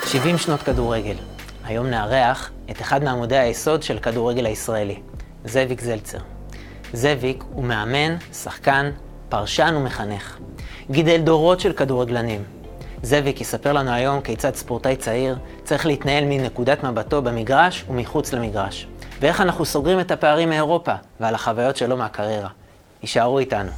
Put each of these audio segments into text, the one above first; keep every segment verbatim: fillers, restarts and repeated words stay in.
שבעים שנות כדורגל. היום נארח את אחד מעמודי היסוד של כדורגל הישראלי, זאביק זלצר. זאביק הוא מאמן, שחקן, פרשן ומחנך. גידל דורות של כדורגלנים. זאביק יספר לנו היום כיצד ספורטאי צעיר צריך להתנהל מנקודת מבטו במגרש ומחוץ למגרש. ואיך אנחנו סוגרים את הפערים מאירופה ועל החוויות שלו מהקריירה. יישארו איתנו.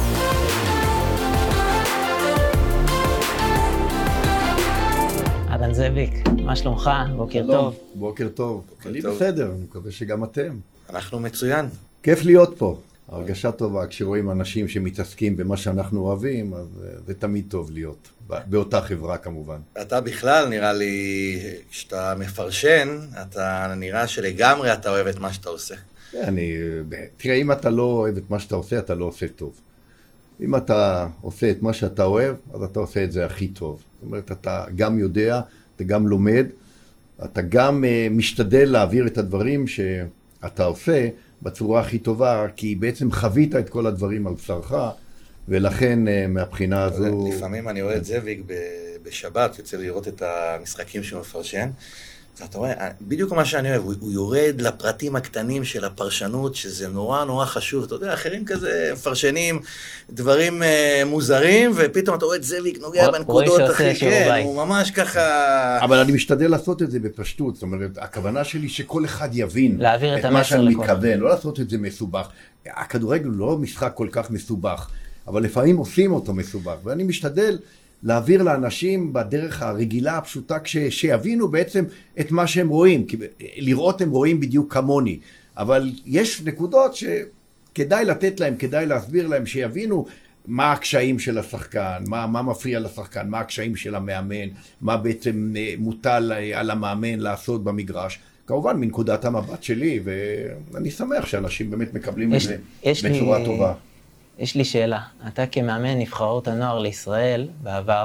אהלן זאביק, מה שלומך? בוקר טוב. בוקר טוב. אני בסדר, אני מקווה שגם אתם. אנחנו מצוין. כיף להיות פה. הרגשה טובה, כשרואים אנשים שמתעסקים במה שאנחנו אוהבים, אז זה תמיד טוב להיות, באותה חברה כמובן. אתה בכלל נראה לי, כשאתה מפרשן, אתה נראה שלגמרי אתה אוהב את מה שאתה עושה. אני, תראה, אם אתה לא אוהב את מה שאתה עושה, אתה לא עושה טוב. אם אתה עושה את מה שאתה אוהב, אז אתה עושה את זה הכי טוב. זאת אומרת, אתה גם יודע, אתה גם לומד, אתה גם uh, משתדל להעביר את הדברים שאתה עושה בצורה הכי טובה, כי בעצם חווית את כל הדברים על בשרך, ולכן uh, מהבחינה הזו... לפעמים אני רואה את זאביק בשבת, יוצא לראות את המשחקים שהוא מפרשן, אתה רואה, בדיוק מה שאני אוהב, הוא, הוא יורד לפרטים הקטנים של הפרשנות, שזה נורא נורא חשוב. אתה יודע, אחרים כזה מפרשנים דברים אה, מוזרים, ופתאום אתה רואה את זאביק נוגע בנקודות הכי, כן, הוא ממש ככה... אבל אני משתדל לעשות את זה בפשטות, זאת אומרת, הכוונה שלי שכל אחד יבין את, את מה שאני מתכוון, לא לעשות את זה מסובך. הכדורגל הוא לא משחק כל כך מסובך, אבל לפעמים עושים אותו מסובך, ואני משתדל להעביר לאנשים בדרך הרגילה הפשוטה, כש, שיבינו בעצם את מה שהם רואים, כי לראות הם רואים בדיוק כמוני, אבל יש נקודות שכדאי לתת להם, כדאי להסביר להם, שיבינו מה הקשיים של השחקן, מה, מה מפריע לשחקן, מה הקשיים של המאמן, מה בעצם מוטל על המאמן לעשות במגרש, כמובן מנקודת המבט שלי, ואני שמח שאנשים באמת מקבלים יש, את זה יש בצורה לי... טובה. יש לי שאלה, אתה כמאמן נבחרות הנוער לישראל בעבר,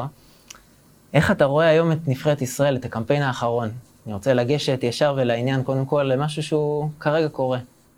איך אתה רואה היום את נבחרת ישראל, את הקמפיין האחרון? אני רוצה לגשת ישר ולעניין קודם כל למשהו שהוא כרגע קורה.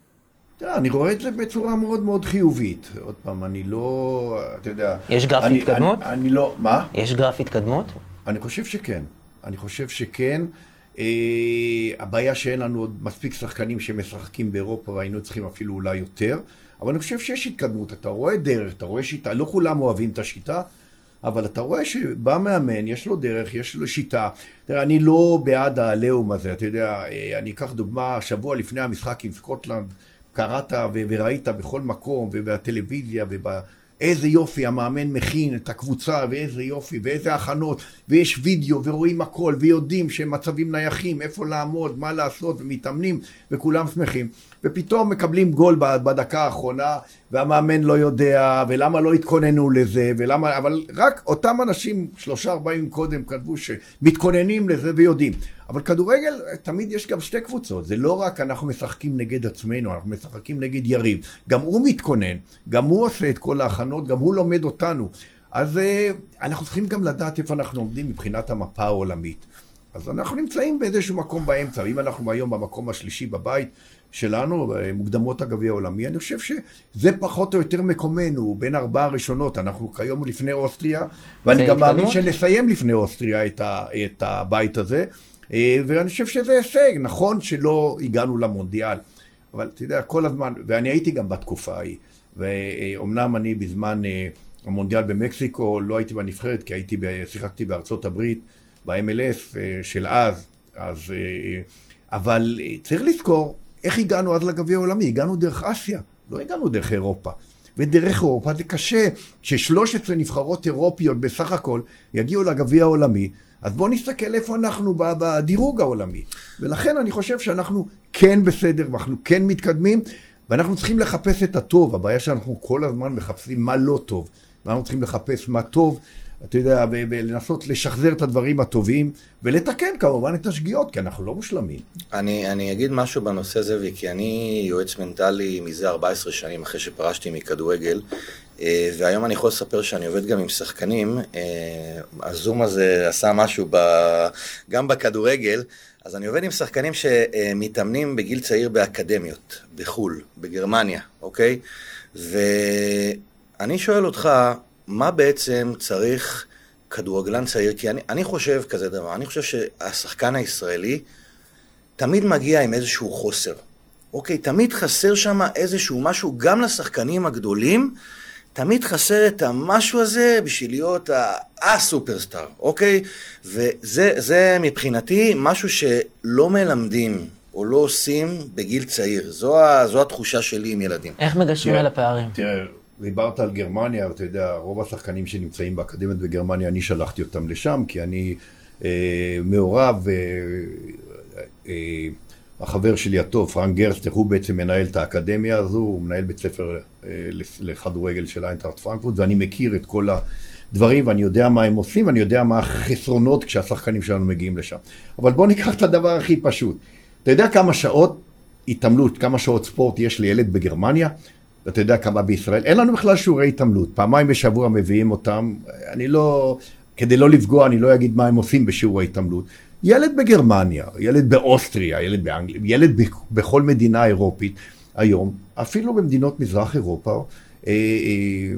אני רואה את זה בצורה מאוד מאוד חיובית. עוד פעם, אני לא, אתה יודע... יש גרף אני, התקדמות? אני, אני לא, מה? יש גרף התקדמות? אני חושב שכן. אני חושב שכן. אה, הבעיה שאין לנו עוד מספיק שחקנים שמשחקים באירופה, והיינו צריכים אפילו אולי יותר. אבל אני חושב שיש התקדמות, אתה רואה דרך, אתה רואה שיטה, לא כולם אוהבים את השיטה, אבל אתה רואה שבא מאמן, יש לו דרך, יש לו שיטה. תראה, אני לא בעד העליהום הזה, אתה יודע, אני אקח דוגמה, שבוע לפני המשחק עם סקוטלנד, קראת וראית בכל מקום, ובטלוויזיה, ואיזה יופי, המאמן מכין את הקבוצה, ואיזה יופי, ואיזה הכנות, ויש וידאו, ורואים הכל, ויודעים שהם מצבים נייחים, איפה לעמוד, מה לעשות, ומתאמנים, וכולם שמחים. ופתאום מקבלים גול בדקה האחרונה, והמאמן לא יודע, ולמה לא התכוננו לזה, ולמה, אבל רק אותם אנשים, שלושה ארבעים קודם, כתבו שמתכוננים לזה ויודעים. אבל כדורגל, תמיד יש גם שתי קבוצות, זה לא רק אנחנו משחקים נגד עצמנו, אנחנו משחקים נגד יריב. גם הוא מתכונן, גם הוא עושה את כל ההכנות, גם הוא לומד אותנו. אז אנחנו צריכים גם לדעת איפה אנחנו עומדים מבחינת המפה העולמית. אז אנחנו נמצאים באיזשהו מקום באמצע, אם אנחנו היום במקום השלישי בבית שלנו, מוקדמות הגביע העולמי, אני חושב שזה פחות או יותר מקומנו, בין ארבעה הראשונות, אנחנו כיום לפני אוסטריה, ואני גם מאמין שנסיים לפני אוסטריה את, ה, את הבית הזה, ואני חושב שזה הישג, נכון שלא הגענו למונדיאל, אבל אתה יודע, כל הזמן, ואני הייתי גם בתקופה ההיא, ואומנם אני בזמן המונדיאל במקסיקו, לא הייתי בנבחרת, כי הייתי, שיחקתי בארצות הברית, ב-אם אל אס של אז, אז, אבל צריך לזכור איך הגענו אז לגביע העולמי, הגענו דרך אסיה, לא הגענו דרך אירופה, ודרך אירופה זה קשה, ש-שלוש עשרה נבחרות אירופיות בסך הכל יגיעו לגביע העולמי, אז בואו נסתכל איפה אנחנו בדירוג העולמי, ולכן אני חושב שאנחנו כן בסדר, ואנחנו כן מתקדמים, ואנחנו צריכים לחפש את הטוב, הבעיה שאנחנו כל הזמן מחפשים מה לא טוב, ואנחנו צריכים לחפש מה טוב, אתה יודע, ולנסות לשחזר את הדברים הטובים, ולתקן כמובן את השגיאות, כי אנחנו לא מושלמים. אני, אני אגיד משהו בנושא הזה, וכי אני יועץ מנטלי מזה ארבע עשרה שנים אחרי שפרשתי מכדורגל, והיום אני יכול לספר שאני עובד גם עם שחקנים, הזום הזה עשה משהו ב, גם בכדורגל, אז אני עובד עם שחקנים שמתאמנים בגיל צעיר באקדמיות, בחול, בגרמניה, אוקיי? ואני שואל אותך, מה בעצם צריך כדורגלן צעיר, כי אני, אני חושב כזה דבר, אני חושב שהשחקן הישראלי תמיד מגיע עם איזשהו חוסר. אוקיי, תמיד חסר שם איזשהו משהו, גם לשחקנים הגדולים, תמיד חסר את המשהו הזה בשביל להיות הסופרסטאר, אוקיי? וזה זה מבחינתי משהו שלא מלמדים או לא עושים בגיל צעיר. זו, זו התחושה שלי עם ילדים. איך מגשרים על הפערים? תראה, דיברת על גרמניה, אתה יודע, רוב השחקנים שנמצאים באקדמיות בגרמניה, אני שלחתי אותם לשם, כי אני אה, מעורב, אה, אה, החבר שלי הטוב, פרנק גרסטר, הוא בעצם מנהל את האקדמיה הזו, הוא מנהל בית ספר אה, לכדורגל של איינטראכט פרנקפורט, ואני מכיר את כל הדברים, ואני יודע מה הם עושים, ואני יודע מה החסרונות כשהשחקנים שלנו מגיעים לשם. אבל בואו ניקח את הדבר הכי פשוט. אתה יודע כמה שעות התעמלות, כמה שעות ספורט יש לילד בגרמניה? ואתה יודע כמה בישראל? אין לנו בכלל שיעורי התעמלות. פעמיים בשבוע מביאים אותם. אני לא, כדי לא לפגוע, אני לא אגיד מה הם עושים בשיעור ההתעמלות. ילד בגרמניה, ילד באוסטריה, ילד באנגליה, ילד בכל מדינה אירופית היום, אפילו במדינות מזרח אירופה, אה, אה,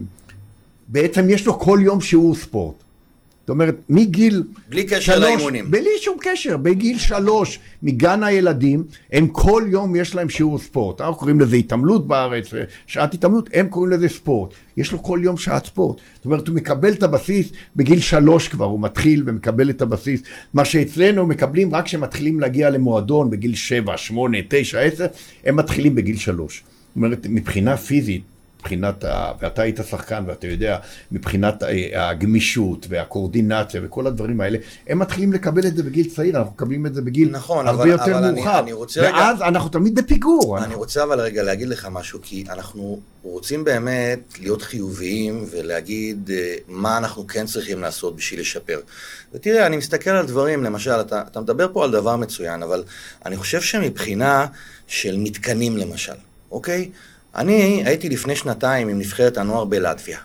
בעצם יש לו כל יום שיעור ספורט. זאת אומרת, מגיל בלי קשר לאימונים. בלי שום קשר, בגיל שלוש, מגן הילדים, הם כל יום יש להם שיעור ספורט. אנחנו קוראים לזה התעמלות בארץ, שעת התעמלות, הם קוראים לזה ספורט. יש לו כל יום שעת ספורט. זאת אומרת, הוא מקבל את הבסיס בגיל שלוש כבר, הוא מתחיל ומקבל את הבסיס. מה שאצלנו מקבלים רק כשמתחילים להגיע למועדון בגיל שבע, שמונה, תשע, עשר, הם מתחילים בגיל שלוש. זאת אומרת, מבחינה פיזית, מבחינת, ה... ואתה היית שחקן ואתה יודע, מבחינת הגמישות והקורדינציה וכל הדברים האלה, הם מתחילים לקבל את זה בגיל צעיר, אנחנו מקבלים את זה בגיל נכון, הרבה אבל, יותר אבל מאוחר. אני, אני רוצה ואז רגע, אנחנו תמיד בפיגור. אני אנחנו... רוצה אבל רגע להגיד לך משהו, כי אנחנו רוצים באמת להיות חיוביים ולהגיד מה אנחנו כן צריכים לעשות בשביל לשפר. ותראה, אני מסתכל על דברים, למשל, אתה, אתה מדבר פה על דבר מצוין, אבל אני חושב שמבחינה של מתקנים למשל, אוקיי? אני הייתי לפני שנתיים עם נבחרת הנוער בלטביה.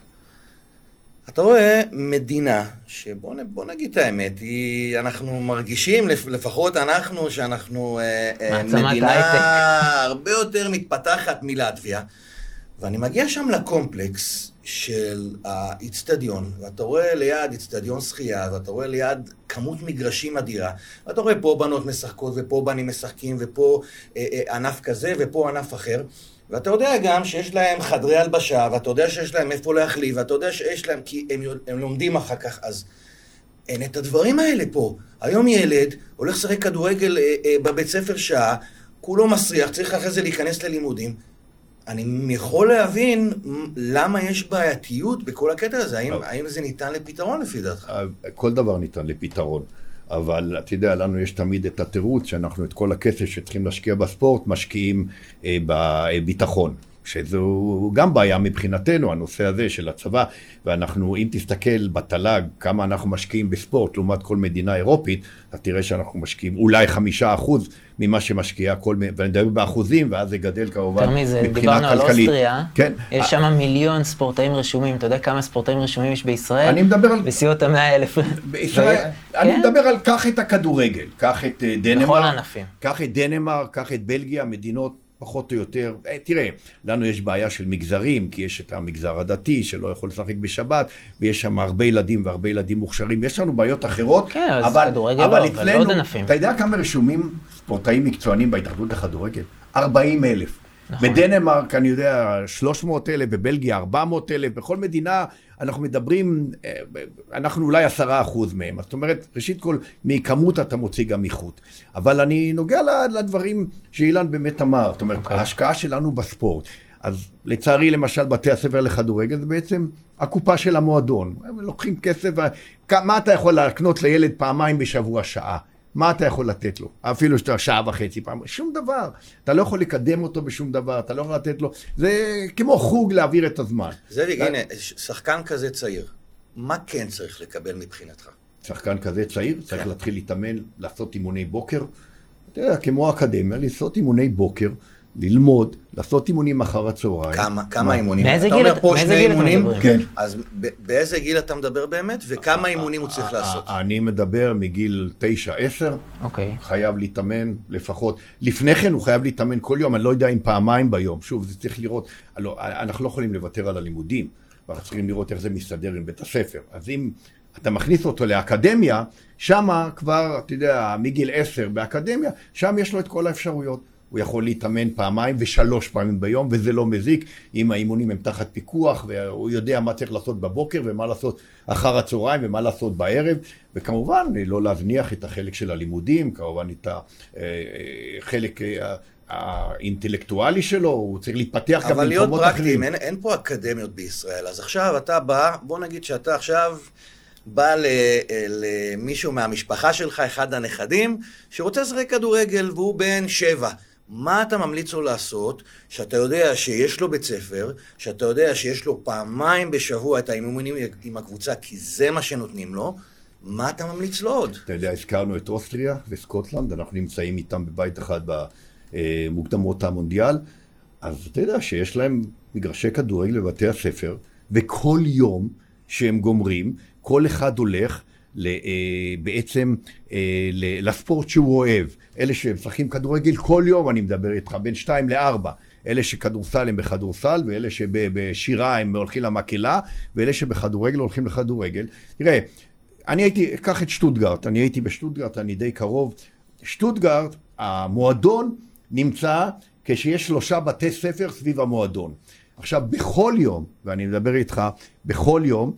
אתה רואה מדינה שבוא בוא נגיד את האמת, היא, אנחנו מרגישים, לפחות אנחנו, שאנחנו אה, מדינה הרבה יותר מתפתחת מלטביה. ואני מגיע שם לקומפלקס של האצטדיון, ואתה רואה ליד אצטדיון שחייה, ואתה רואה ליד כמות מגרשים אדירה, ואתה רואה פה בנות משחקות, ופה בנים משחקים, ופה אה, אה, ענף כזה, ופה ענף אחר. ואתה יודע גם שיש להם חדרי הלבשה, ואתה יודע שיש להם איפה להחליף, ואתה יודע שיש להם, כי הם, הם לומדים אחר כך, אז אין את הדברים האלה פה. היום ילד הולך לשחק כדורגל אה, אה, בבית ספר שעה, כולו מסריח, צריך אחרי זה להיכנס ללימודים. אני יכול להבין למה יש בעייתיות בכל הקטע הזה, האם, האם זה ניתן לפתרון לפי דעתך? כל דבר ניתן לפתרון. אבל אתה יודע, לנו יש תמיד את התירוץ שאנחנו את כל הכסף שצריכים להשקיע בספורט, משקיעים אה, בביטחון. שזו גם בעיה מבחינתנו, הנושא הזה של הצבא, ואנחנו, אם תסתכל בתל"ג, כמה אנחנו משקיעים בספורט, לעומת כל מדינה אירופית, אתה תראה שאנחנו משקיעים אולי חמישה אחוז ממה שמשקיעה כל, ואני מדבר באחוזים, ואז זה גדל כמובן מבחינה כלכלית. דיברנו על אוסטריה, כן. יש שם מיליון ספורטאים רשומים, אתה יודע כמה ספורטאים רשומים יש בישראל? אני מדבר על... בסיעות המאה אלף. בישראל, אני מדבר על, קח את הכדורגל, קח את דנמרק, בכל הענפים. קח את דנמרק, קח את בלגיה, מדינות פחות או יותר, תראה, לנו יש בעיה של מגזרים, כי יש את המגזר הדתי שלא יכול לשחק בשבת, ויש שם הרבה ילדים והרבה ילדים מוכשרים, יש לנו בעיות אחרות, כן, אז אבל, כדורגל אבל לא, אצלנו, אבל עוד ענפים. אתה יודע כמה רשומים ספורטאים מקצוענים בהתאחדות לכדורגל? ארבעים אלף. נכון. בדנמרק, אני יודע, שלוש מאות אלף, בבלגיה ארבע מאות אלף, בכל מדינה אנחנו מדברים, אנחנו אולי עשרה אחוז מהם. זאת אומרת, ראשית כל, מכמות אתה מוציא גם איכות. אבל אני נוגע לדברים שאילן באמת אמר. זאת אומרת, okay. ההשקעה שלנו בספורט. אז לצערי, למשל, בתי הספר לכדורגל, זה בעצם הקופה של המועדון. הם לוקחים כסף, מה אתה יכול לקנות לילד פעמיים בשבוע שעה? מה אתה יכול לתת לו? אפילו שאתה שעה וחצי פעם, שום דבר. אתה לא יכול לקדם אותו בשום דבר, אתה לא יכול לתת לו, זה כמו חוג להעביר את הזמן. זאביק, הנה, שחקן כזה צעיר, מה כן צריך לקבל מבחינתך? שחקן כזה צעיר, צריך להתחיל להתאמן, לעשות אימוני בוקר, אתה יודע, כמו האקדמיה, לעשות אימוני בוקר, ללמוד, לעשות אימונים אחר הצהריים. כמה, כמה אימונים? מאיזה אתה גיל, אומר פה שני אימונים? כן. אז באיזה גיל אתה מדבר באמת, וכמה אימונים הוא צריך לעשות? אני מדבר מגיל תשע עשר, אוקיי. חייב להתאמן לפחות. לפני כן הוא חייב להתאמן כל יום, אני לא יודע אם פעמיים ביום. שוב, זה צריך לראות, אנחנו לא יכולים לוותר על הלימודים, ואנחנו צריכים לראות איך זה מסתדר עם בית הספר. אז אם אתה מכניס אותו לאקדמיה, שם כבר, אתה יודע, מגיל עשר באקדמיה, שם יש לו את כל האפשרויות. הוא יכול להתאמן פעמיים ושלוש פעמים ביום, וזה לא מזיק, אם האימונים הם תחת פיקוח, והוא יודע מה צריך לעשות בבוקר, ומה לעשות אחר הצהריים, ומה לעשות בערב, וכמובן, לא להזניח את החלק של הלימודים, כמובן את החלק האינטלקטואלי שלו, הוא צריך להתפתח גם במקומות אחרים. אבל להיות פרקטיים, אין, אין פה אקדמיות בישראל, אז עכשיו אתה בא, בוא נגיד שאתה עכשיו בא למישהו מהמשפחה שלך, אחד הנכדים, שרוצה לשחק כדורגל והוא בן שבע. מה אתה ממליץ לו לעשות, שאתה יודע שיש לו בית ספר, שאתה יודע שיש לו פעמיים בשבוע את האימונים עם הקבוצה, כי זה מה שנותנים לו, מה אתה ממליץ לו עוד? אתה יודע, הזכרנו את אוסטריה וסקוטלנד, אנחנו נמצאים איתם בבית אחד במוקדמות המונדיאל, אז אתה יודע שיש להם מגרשי כדורגל בבתי הספר, וכל יום שהם גומרים, כל אחד הולך בעצם לספורט שהוא אוהב. אלה שמשחקים כדורגל כל יום, אני מדבר איתך, בין שתיים לארבע. אלה שכדורסל הם בכדורסל, ואלה שבשירה הם הולכים למקהלה, ואלה שבכדורגל הולכים לכדורגל. תראה, אני הייתי, קח את שטוטגרט, אני הייתי בשטוטגרט, אני די קרוב. שטוטגרט, המועדון נמצא כשיש שלושה בתי ספר סביב המועדון. עכשיו, בכל יום, ואני מדבר איתך, בכל יום,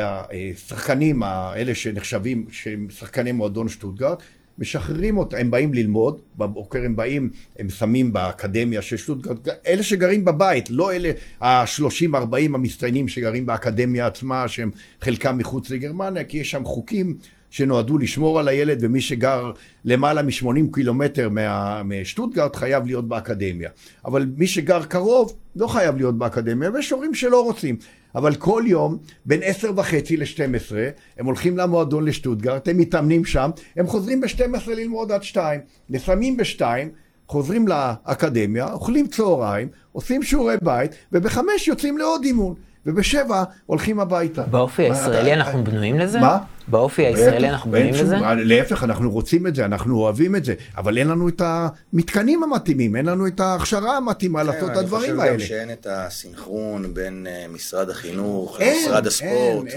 השחקנים האלה שנחשבים, שהם שחקני מועדון שטוטגרט, משחררים אותם, הם באים ללמוד, בבוקר הם באים, הם שמים באקדמיה של שטוטגרט, אלה שגרים בבית, לא אלה ה-שלושים ארבעים המסתיינים שגרים באקדמיה עצמה, שהם חלקם מחוץ לגרמניה, כי יש שם חוקים שנועדו לשמור על הילד, ומי שגר למעלה מ-שמונים קילומטר משטוטגרט חייב להיות באקדמיה. אבל מי שגר קרוב לא חייב להיות באקדמיה, ויש הורים שלא רוצים. אבל כל יום, בין עשר וחצי ל-שתים עשרה, הם הולכים למועדון לשטוטגרט, הם מתאמנים שם, הם חוזרים ב-שתים עשרה ללמוד עד שתיים, לפעמים ב-שתיים, חוזרים לאקדמיה, אוכלים צהריים, עושים שיעורי בית, ובחמש יוצאים לעוד אימון. ובשבע הולכים הביתה. באופי הישראלי אנחנו בנויים לזה? מה? באופי הישראלי אנחנו בנויים לזה? להפך, אנחנו רוצים את זה, אנחנו אוהבים את זה, אבל אין לנו את המתקנים המתאימים, אין לנו את ההכשרה המתאימה לעשות את הדברים האלה. אני חושב גם שאין את הסינכרון בין משרד החינוך למשרד הספורט,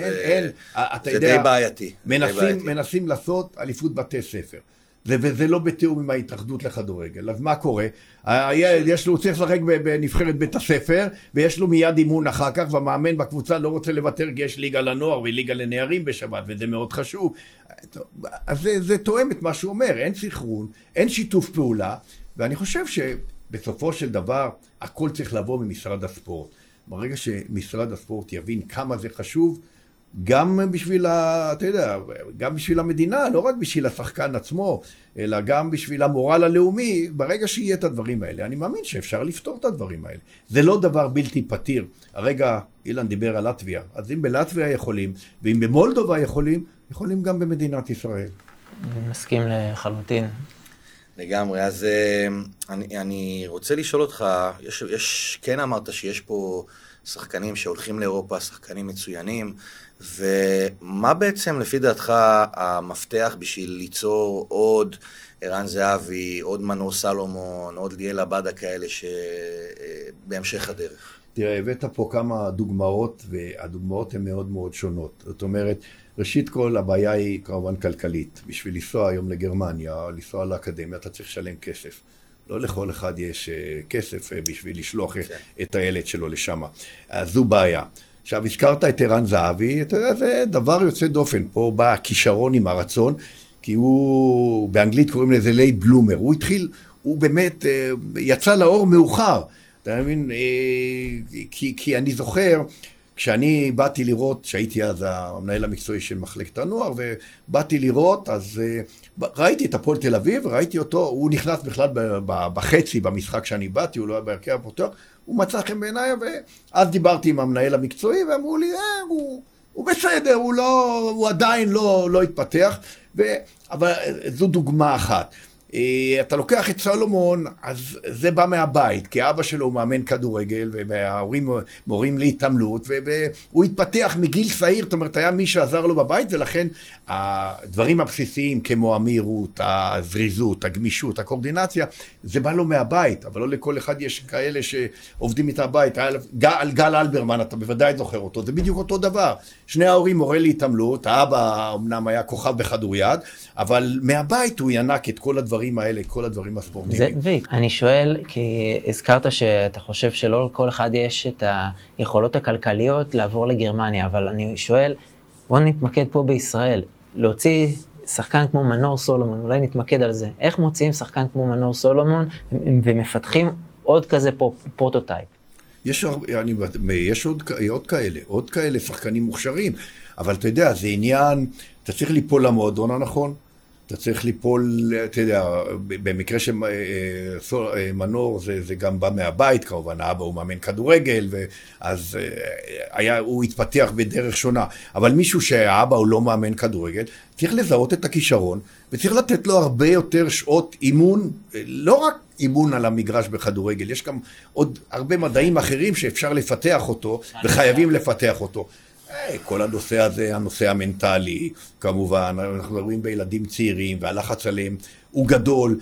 זה די בעייתי. מנסים לעשות אליפות בתי ספר. וזה לא בתיאום עם ההתאחדות לכדורגל. אז מה קורה? יש לו, צריך לשחק בנבחרת בית הספר, ויש לו מיד אימון אחר כך, והמאמן בקבוצה לא רוצה לוותר, כי יש ליגה לנוער וליגה לנערים בשבת, וזה מאוד חשוב. אז זה, זה תואם את מה שהוא אומר, אין סינכרון, אין שיתוף פעולה, ואני חושב שבסופו של דבר, הכל צריך לבוא ממשרד הספורט. ברגע שמשרד הספורט יבין כמה זה חשוב, גם בשביל, ה, אתה יודע, גם בשביל המדינה, לא רק בשביל השחקן עצמו, אלא גם בשביל המורל הלאומי, ברגע שיהיה את הדברים האלה. אני מאמין שאפשר לפתור את הדברים האלה. זה לא דבר בלתי פתיר. הרגע אילן דיבר על לטביה, אז אם בלטביה יכולים, ואם במולדובה יכולים, יכולים גם במדינת ישראל. אני מסכים לחלוטין. לגמרי, אז אני, אני רוצה לשאול אותך, יש, יש, כן אמרת שיש פה שחקנים שהולכים לאירופה, שחקנים מצוינים, ומה בעצם לפי דעתך המפתח בשביל ליצור עוד ערן זהבי, עוד מנור סלומון, עוד ליאל עבדה כאלה שבהמשך הדרך? תראה, הבאת פה כמה דוגמאות, והדוגמאות הן מאוד מאוד שונות. זאת אומרת, ראשית כל, הבעיה היא כמובן כלכלית. בשביל לנסוע היום לגרמניה, לנסוע לאקדמיה, אתה צריך לשלם כסף. לא לכל אחד יש כסף בשביל לשלוח את הילד שלו לשם. אז זו בעיה. עכשיו, הזכרת את ערן זהבי, אתה יודע, זה דבר יוצא דופן. פה בא הכישרון עם הרצון, כי הוא, באנגלית קוראים לזה לייט בלומר. הוא התחיל, הוא באמת יצא לאור מאוחר. אתה מבין? כי, כי אני זוכר, כשאני באתי לראות, שהייתי אז המנהל המקצועי של מחלקת הנוער, ובאתי לראות, אז ראיתי את הפועל תל אביב, ראיתי אותו, הוא נכנס בכלל בחצי במשחק שאני באתי, הוא לא היה בהרכב הפותח, הוא מצא חן בעיניי, ואז דיברתי עם המנהל המקצועי, ואמרו לי, אה, הוא, הוא בסדר, הוא, לא, הוא עדיין לא, לא התפתח, ו, אבל זו דוגמה אחת. אתה לוקח את סולומון, אז זה בא מהבית, כי אבא שלו הוא מאמן כדורגל, וההורים מורים להתעמלות, והוא התפתח מגיל צעיר, זאת אומרת, היה מי שעזר לו בבית, ולכן הדברים הבסיסיים כמו המהירות, הזריזות, הגמישות, הקואורדינציה, זה בא לו מהבית, אבל לא לכל אחד יש כאלה שעובדים איתה הבית. על גל אלברמן, אתה בוודאי זוכר אותו, זה בדיוק אותו דבר. שני ההורים מורה להתעמלות, האבא אמנם היה כוכב בכדוריד, אבל מהבית הוא ינק את כל הדברים האלה, כל הדברים הספורטיביים. זה, אני שואל, כי הזכרת שאתה חושב שלא לכל אחד יש את היכולות הכלכליות לעבור לגרמניה, אבל אני שואל, בוא נתמקד פה בישראל, להוציא שחקן כמו מנור סולומון, אולי נתמקד על זה, איך מוציאים שחקן כמו מנור סולומון ומפתחים עוד כזה פרוטוטייפ? יש, אני, יש עוד, עוד כאלה, עוד כאלה שחקנים מוכשרים, אבל אתה יודע, זה עניין, אתה צריך ליפול למועדון הנכון, אתה צריך ליפול, אתה יודע, במקרה שמנור זה, זה גם בא מהבית, כמובן, האבא הוא מאמן כדורגל, אז היה, הוא התפתח בדרך שונה, אבל מישהו שהאבא הוא לא מאמן כדורגל, צריך לזהות את הכישרון, וצריך לתת לו הרבה יותר שעות אימון, לא רק אימון על המגרש בכדורגל, יש גם עוד הרבה מדעים אחרים שאפשר לפתח אותו, וחייבים לפתח אותו. כל הנושא הזה, הנושא המנטלי, כמובן, אנחנו מדברים בילדים צעירים, והלחץ עליהם הוא גדול.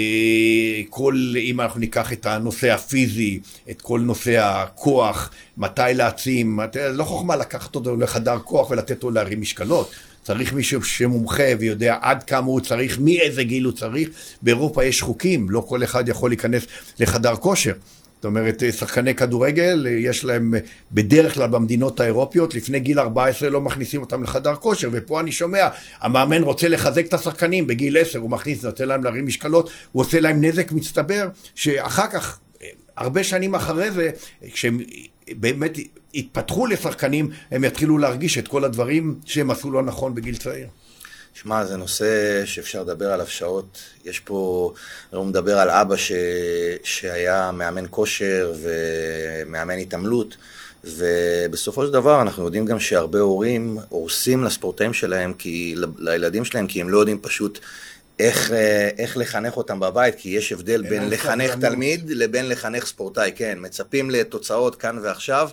כל, אם אנחנו ניקח את הנושא הפיזי, את כל נושא הכוח, מתי להעצים, לא חוכמה לקחת אותו לחדר כוח ולתת לו להרים משקלות. צריך מישהו שמומחה ויודע עד כמה הוא צריך, מאיזה גיל הוא צריך. באירופה יש חוקים, לא כל אחד יכול להיכנס לחדר כושר. זאת אומרת, שחקני כדורגל, יש להם בדרך כלל במדינות האירופיות, לפני גיל ארבע עשרה לא מכניסים אותם לחדר כושר, ופה אני שומע, המאמן רוצה לחזק את השחקנים, בגיל עשר הוא מכניס, נותן להם להרים משקלות, הוא עושה להם נזק מצטבר, שאחר כך, הרבה שנים אחרי זה, כשהם באמת התפתחו לשחקנים, הם יתחילו להרגיש את כל הדברים שהם עשו לא נכון בגיל צעיר. שמע, זה נושא שאפשר לדבר עליו שעות. יש פה, הוא מדבר על אבא ש... שהיה מאמן כושר ומאמן התעמלות, ובסופו של דבר אנחנו יודעים גם שהרבה הורים הורסים לספורטאים שלהם, כי... לילדים שלהם, כי הם לא יודעים פשוט איך, איך לחנך אותם בבית, כי יש הבדל בין לחנך תלמיד לבין לחנך ספורטאי, כן, מצפים לתוצאות כאן ועכשיו,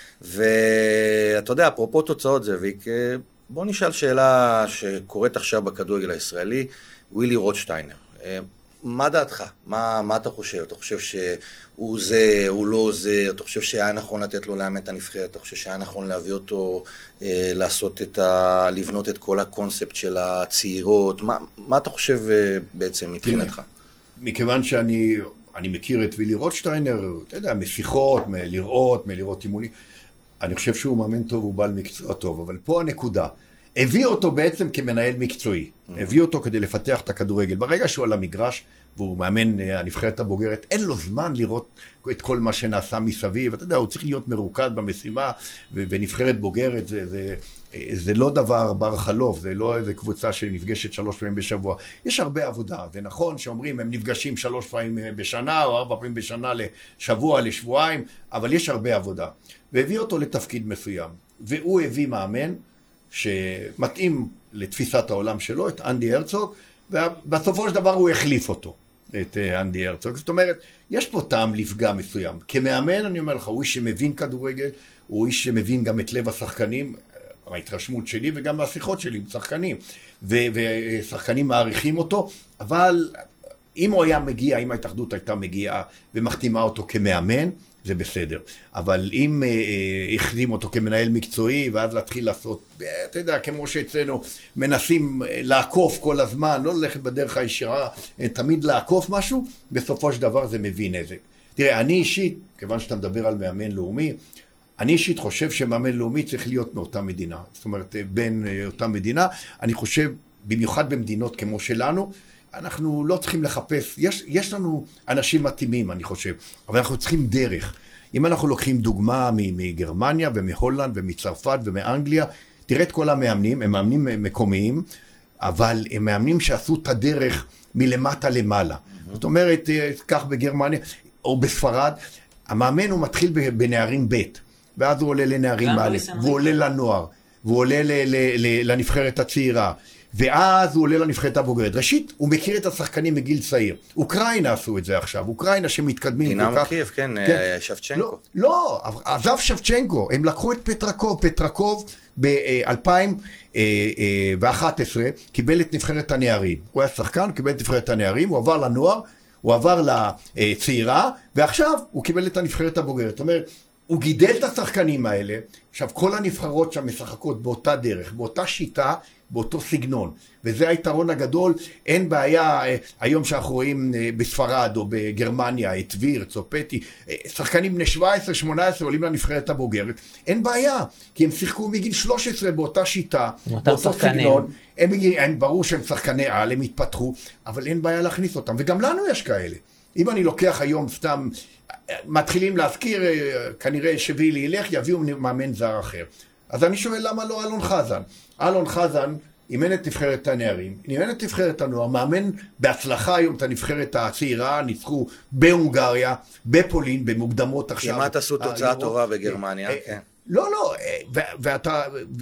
ואתה יודע, אפרופו תוצאות זאביק, בוא נשאל שאלה שקורית עכשיו בכדורגל הישראלי, ווילי רוטשטיינר. מה דעתך? מה, מה אתה חושב? אתה חושב שהוא זה, הוא לא זה? אתה חושב שהיה נכון לתת לו לאמן את הנבחרת? אתה חושב שהיה נכון להביא אותו, אה, לעשות את ה... לבנות את כל הקונספט של הצעירות? מה, מה אתה חושב אה, בעצם מבחינתך? מכיוון שאני אני מכיר את ווילי רוטשטיינר, אתה יודע, משיחות, מלראות, מלראות אימונים, אני חושב שהוא מאמן טוב, הוא בעל מקצוע טוב, אבל פה הנקודה. הביא אותו בעצם כמנהל מקצועי. הביא אותו כדי לפתח את הכדורגל. ברגע שהוא על המגרש, והוא מאמן הנבחרת הבוגרת, אין לו זמן לראות את כל מה שנעשה מסביב. אתה יודע, הוא צריך להיות מרוכז במשימה, ונבחרת בוגרת זה, זה, זה לא דבר בר חלוף, זה לא איזו קבוצה שנפגשת שלוש פעמים בשבוע. יש הרבה עבודה. זה נכון שאומרים, הם נפגשים שלוש פעמים בשנה, או ארבע פעמים בשנה לשבוע, לשבועיים, אבל יש הרבה עבודה. והביא אותו לתפקיד מסוים. והוא הביא מאמן, שמתאים לתפיסת העולם שלו, את אנדי הרצוג, ובסופו של דבר הוא החליף אותו, את אנדי הרצוג. זאת אומרת, יש פה טעם לפגע מסוים. כמאמן, אני אומר לך, הוא איש שמבין כדורגל, הוא איש שמבין גם את לב השחקנים, ההתרשמות שלי וגם מהשיחות שלי עם שחקנים, ו- ושחקנים מעריכים אותו, אבל אם הוא היה מגיע, אם ההתאחדות הייתה מגיעה ומחתימה אותו כמאמן, זה בסדר. אבל אם אה, החתים אותו כמנהל מקצועי, ואז להתחיל לעשות, אתה יודע, כמו שאצלנו מנסים לעקוף כל הזמן, לא ללכת בדרך הישרה, תמיד לעקוף משהו, בסופו של דבר זה מביא נזק. תראה, אני אישית, כיוון שאתה מדבר על מאמן לאומי, אני אישית חושב שמאמן לאומי צריך להיות מאותה מדינה. זאת אומרת, בין אותה מדינה, אני חושב, במיוחד במדינות כמו שלנו, אנחנו לא צריכים לחפש, יש, יש לנו אנשים מתאימים, אני חושב, אבל אנחנו צריכים דרך. אם אנחנו לוקחים דוגמה מגרמניה ומהולנד ומצרפת ומאנגליה, תראה את כל המאמנים, הם מאמנים מקומיים, אבל הם מאמנים שעשו את הדרך מלמטה למעלה. Mm-hmm. זאת אומרת, כך בגרמניה או בספרד, המאמן הוא מתחיל בנערים ב', ואז הוא עולה לנערים א', והוא עולה לנוער, והוא עולה ל- ל- ל- לנבחרת הצעירה, ואז הוא עולה לנבחרת הבוגרת. ראשית, הוא מכיר את השחקנים מגיל צעיר. אוקראינה עשו את זה עכשיו, אוקראינה שמתקדמים כל כך. דינמו קייב, כן, כן. שבצ'נקו. לא, לא, עזב שבצ'נקו, הם לקחו את פטרקוב, פטרקוב ב-אלפיים ואחת עשרה קיבל את נבחרת הנערים. הוא היה שחקן, קיבל את נבחרת הנערים, הוא עבר לנוער, הוא עבר לצעירה, ועכשיו הוא קיבל את הנבחרת הבוגרת. זאת אומרת, הוא גידל את השחקנים האלה, עכשיו כל הנבחרות שם משחקות באותה דרך, באותה שיטה, באותו סגנון, וזה היתרון הגדול. אין בעיה, היום שאנחנו רואים בספרד או בגרמניה, את וירץ או פטי, שחקנים בני שבע עשרה שמונה עשרה עולים לנבחרת הבוגרת, אין בעיה, כי הם שיחקו מגיל שלוש עשרה באותה שיטה, באותו שחקנים. סגנון, הם, הם ברור שהם שחקני על, הם התפתחו, אבל אין בעיה להכניס אותם, וגם לנו יש כאלה. אם אני לוקח היום סתם, מתחילים להזכיר, כנראה שבילי ילך, יביאו מאמן זר אחר. אז אני שואל למה לא אלון חזן. אלון חזן אימן את נבחרת הנערים, אימן את נבחרת הנוער, מאמן בהצלחה היום את הנבחרת הצעירה, ניצחו בהונגריה, בפולין, במוקדמות עכשיו. כמעט עשו תוצאה טובה בגרמניה, כן. לא, לא, ואתה,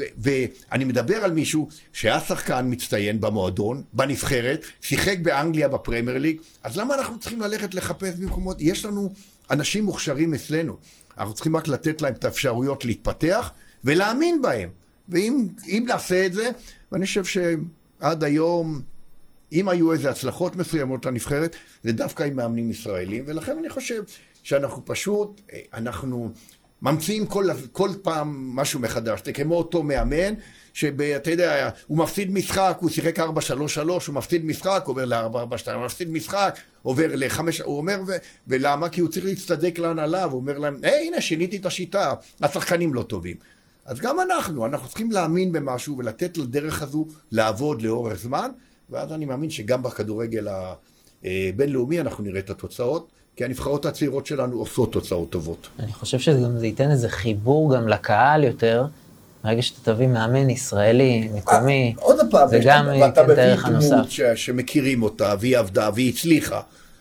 ואני מדבר על מישהו שהיה שחקן מצטיין במועדון, בנבחרת, שיחק באנגליה בפרמייר ליג, אז למה אנחנו צריכים ללכת לחפש במקומות? יש לנו אנשים מוכשרים אצלנו, אנחנו צריכים רק לתת להם את האפשרויות להתפתח ולהאמין בהם, ואם אם נעשה את זה, ואני חושב שעד היום, אם היו איזה הצלחות מסוימות לנבחרת, זה דווקא עם מאמנים ישראלים, ולכן אני חושב שאנחנו פשוט, אנחנו ממציאים כל, כל פעם משהו מחדש. זה כמו אותו מאמן, שאתה יודע, הוא מפסיד משחק, הוא שיחק ארבע שלוש שלוש, הוא מפסיד משחק, עובר ל-ארבע ארבע שתיים, הוא מפסיד משחק, עובר ל-חמש, הוא אומר, ו- ולמה? כי הוא צריך להצטדק להנהלה, הוא אומר להם, היי, הנה, שיניתי את השיטה, השחקנים לא טובים. אז גם אנחנו, אנחנו צריכים להאמין במשהו, ולתת לדרך הזו לעבוד לאורך זמן, ואז אני מאמין שגם בכדורגל הבינלאומי אנחנו נראה את התוצאות, כי הנבחרות הצעירות שלנו עושות תוצאות טובות. אני חושב שזה ייתן איזה חיבור גם לקהל יותר, ברגע שאתה תביא מאמן ישראלי, מקומי, עוד הפעם, זה גם ייתן את הערך הנוסף. שמכירים אותה, והיא עבדה, והיא הצליחה,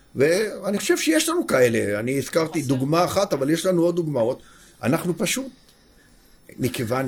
ואני חושב שיש לנו כאלה, אני הזכרתי דוגמה אחת, אבל יש לנו עוד דוגמאות, אנחנו פשוט, מכיוון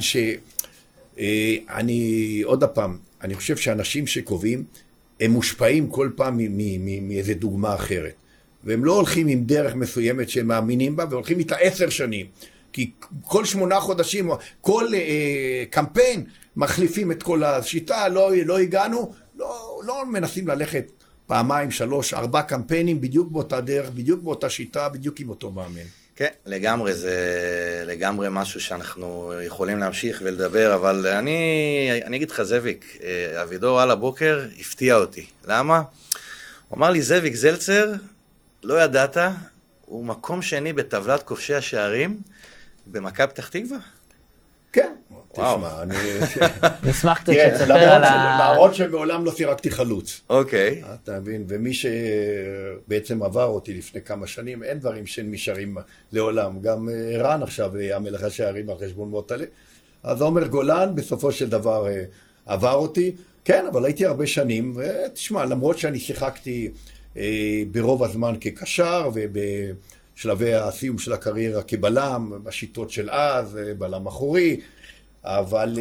שאני, עוד הפעם, אני חושב שאנשים שקובעים, הם מושפעים כל פעם מאיזה דוגמה אחרת. והם לא הולכים עם דרך מסוימת שהם מאמינים בה, והולכים איתה עשר שנים. כי כל שמונה חודשים, כל אה, קמפיין, מחליפים את כל השיטה, לא, לא הגענו, לא, לא מנסים ללכת פעמיים, שלוש, ארבע קמפיינים, בדיוק באותה דרך, בדיוק באותה שיטה, בדיוק עם אותו מאמן. כן, לגמרי, זה לגמרי משהו שאנחנו יכולים להמשיך ולדבר, אבל אני, אני אגיד לך זאביק, אבידור על הבוקר הפתיע אותי. למה? הוא אמר לי, זאביק זלצר, לא ידעת, הוא מקום שני בטבלת כובשי השערים במכבי פתח תקווה? כן. תשמע, אני... נשמח קצת שתספר על ה... למרות שמעולם לא סירקתי חלוץ. אוקיי. אתה מבין, ומי שבעצם עבר אותי לפני כמה שנים, אין דברים שנשארים לעולם. גם רן עכשיו היה מלך השערים על חשבון מוטלה. אז עומר גולן בסופו של דבר עבר אותי. כן, אבל הייתי הרבה שנים, ותשמע, למרות שאני שיחקתי ברוב הזמן כקשר, ובשלבי הסיום של הקריירה כבלם, בשיטות של אז, בלם אחורי, אבל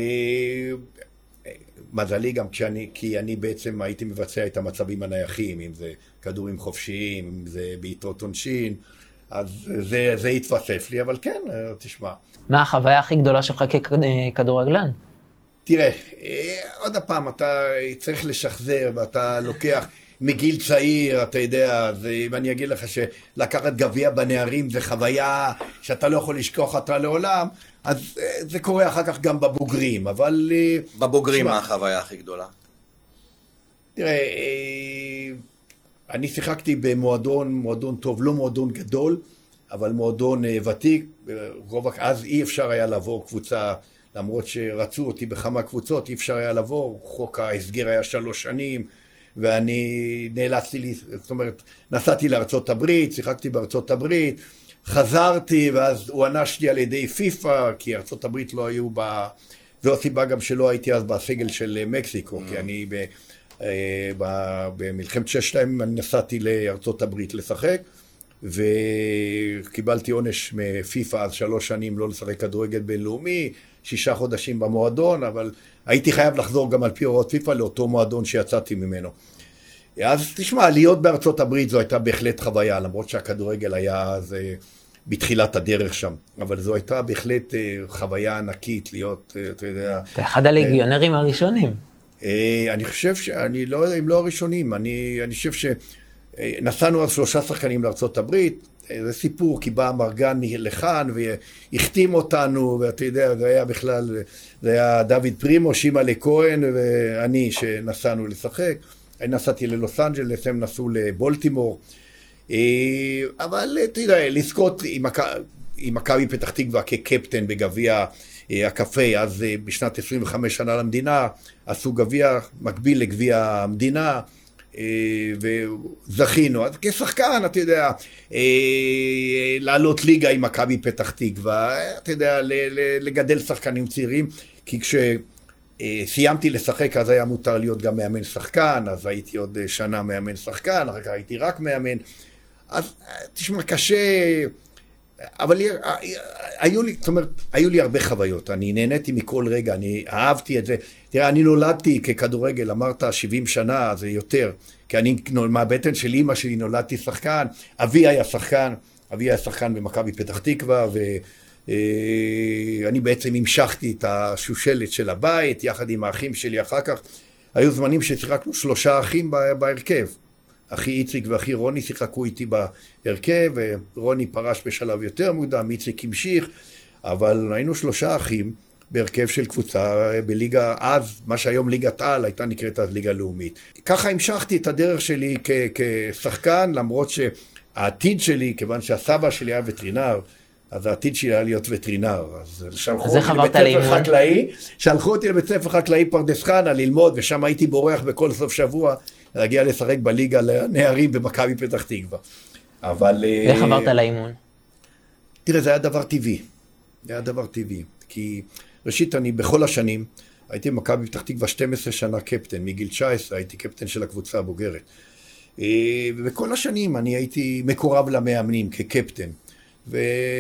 מזלי גם כשאני, כי אני בעצם הייתי מבצע את המצבים הנייחים, אם זה כדורים חופשיים, אם זה בעיטות עונשין, אז זה, זה התווסף לי, אבל כן, תשמע. מה החוויה הכי גדולה שלך ככדורגלן? תראה, עוד הפעם, אתה צריך לשחזר, ואתה לוקח מגיל צעיר, אתה יודע, אם אני אגיד לך שלקחת גביע בנערים זה חוויה שאתה לא יכול לשכוח אותה לעולם, אז זה קורה אחר כך גם בבוגרים, אבל... בבוגרים מה החוויה הכי גדולה? תראה, אני שיחקתי במועדון, מועדון טוב, לא מועדון גדול, אבל מועדון ותיק, אז אי אפשר היה לעבור קבוצה, למרות שרצו אותי בכמה קבוצות, אי אפשר היה לעבור, חוק ההסגר היה שלוש שנים, ואני נאלצתי, לי, זאת אומרת, נסעתי לארצות הברית, שיחקתי בארצות הברית, חזרתי, ואז הוא ענשתי על ידי פיפה, כי ארצות הברית לא היו ב... זו הסיבה גם שלא הייתי אז בסגל של מקסיקו, mm. כי אני ב... ב... במלחמת ששת הימים אני נסעתי לארצות הברית לשחק, וקיבלתי עונש מפיפה אז שלוש שנים לא לשחק כדורגל בינלאומי, שישה חודשים במועדון, אבל הייתי חייב לחזור גם על פי הוראות פיפ"א לאותו מועדון שיצאתי ממנו. אז תשמע, להיות בארצות הברית זו הייתה בהחלט חוויה, למרות שהכדורגל היה אז בתחילת הדרך שם, אבל זו הייתה בהחלט חוויה ענקית להיות, אתה יודע... אתה אחד הליגיונרים הראשונים. אני חושב שאני לא יודע אם לא הראשונים, אני, אני חושב שנסענו אז שלושה שחקנים לארצות הברית, זה סיפור, כי בא מרגן לכאן והחתים אותנו, ואתה יודע, זה היה בכלל, זה היה דוד פרימו, שימאלה כהן ואני שנסענו לשחק, אני נסעתי ללוס אנג'לס, הם נסעו לבולטימור, אבל אתה יודע, לזכות עם מכבי פתח תקווה כקפטן בגביע הקפה, אז בשנת עשרים וחמש שנה למדינה, עשו גביע מקביל לגביע המדינה, וזכינו. אז כשחקן, אתה יודע, לעלות ליגה עם מכבי פתח תקווה, אתה יודע, לגדל שחקנים צעירים, כי כשסיימתי לשחק, אז היה מותר להיות גם מאמן שחקן, אז הייתי עוד שנה מאמן שחקן, אחר כך הייתי רק מאמן, אז תשמע, קשה... אבל היו לי, זאת אומרת, היו לי הרבה חוויות, אני נהניתי מכל רגע, אני אהבתי את זה. תראה, אני נולדתי ככדורגל, אמרת שבעים שנה, זה יותר, כי אני, מהבטן של אמא שלי נולדתי שחקן, אבי היה שחקן, אבי היה שחקן במכבי פתח תקווה, ואני בעצם המשכתי את השושלת של הבית, יחד עם האחים שלי אחר כך. היו זמנים ששיחקנו שלושה אחים בהרכב. אחי איציק ואחי רוני שיחקו איתי בהרכב, ורוני פרש בשלב יותר מוקדם, איציק המשיך, אבל היינו שלושה אחים בהרכב של קבוצה בליגה, אז מה שהיום ליגת על, הייתה נקראת אז ליגה לאומית. ככה המשכתי את הדרך שלי כ- כשחקן, למרות שהעתיד שלי, כיוון שהסבא שלי היה וטרינר, אז העתיד שלי היה להיות וטרינר, אז שלחו אותי לבית ספר חקלאי, שלחו אותי לבית ספר חקלאי פרדס חנה ללמוד, ושם הייתי בורח בכל סוף שבוע, להגיע לשחק בליגה לנערים במכבי פתח תקווה. אבל... איך עברת לאימון? תראה, זה היה דבר טבעי. זה היה דבר טבעי. כי ראשית, אני בכל השנים, הייתי במכבי פתח תקווה שתים עשרה שנה קפטן, מגיל תשע עשרה הייתי קפטן של הקבוצה הבוגרת. ובכל השנים אני הייתי מקורב למאמנים כקפטן. ואתה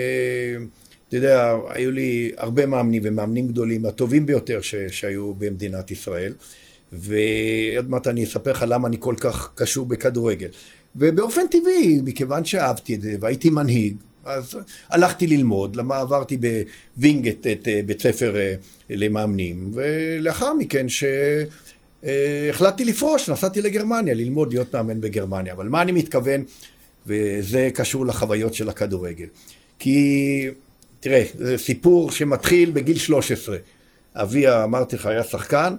יודע, היו לי הרבה מאמנים ומאמנים גדולים, הטובים ביותר ש... שהיו במדינת ישראל. ועוד מעט אני אספר לך למה אני כל כך קשור בכדורגל. ובאופן טבעי, מכיוון שאהבתי את זה והייתי מנהיג, אז הלכתי ללמוד, למה עברתי בווינגט את בית ספר למאמנים, ולאחר מכן שהחלטתי לפרוש, נסעתי לגרמניה, ללמוד להיות מאמן בגרמניה. אבל מה אני מתכוון, וזה קשור לחוויות של הכדורגל. כי, תראה, זה סיפור שמתחיל בגיל שלוש עשרה. אבי, אמרתי לך, היה שחקן,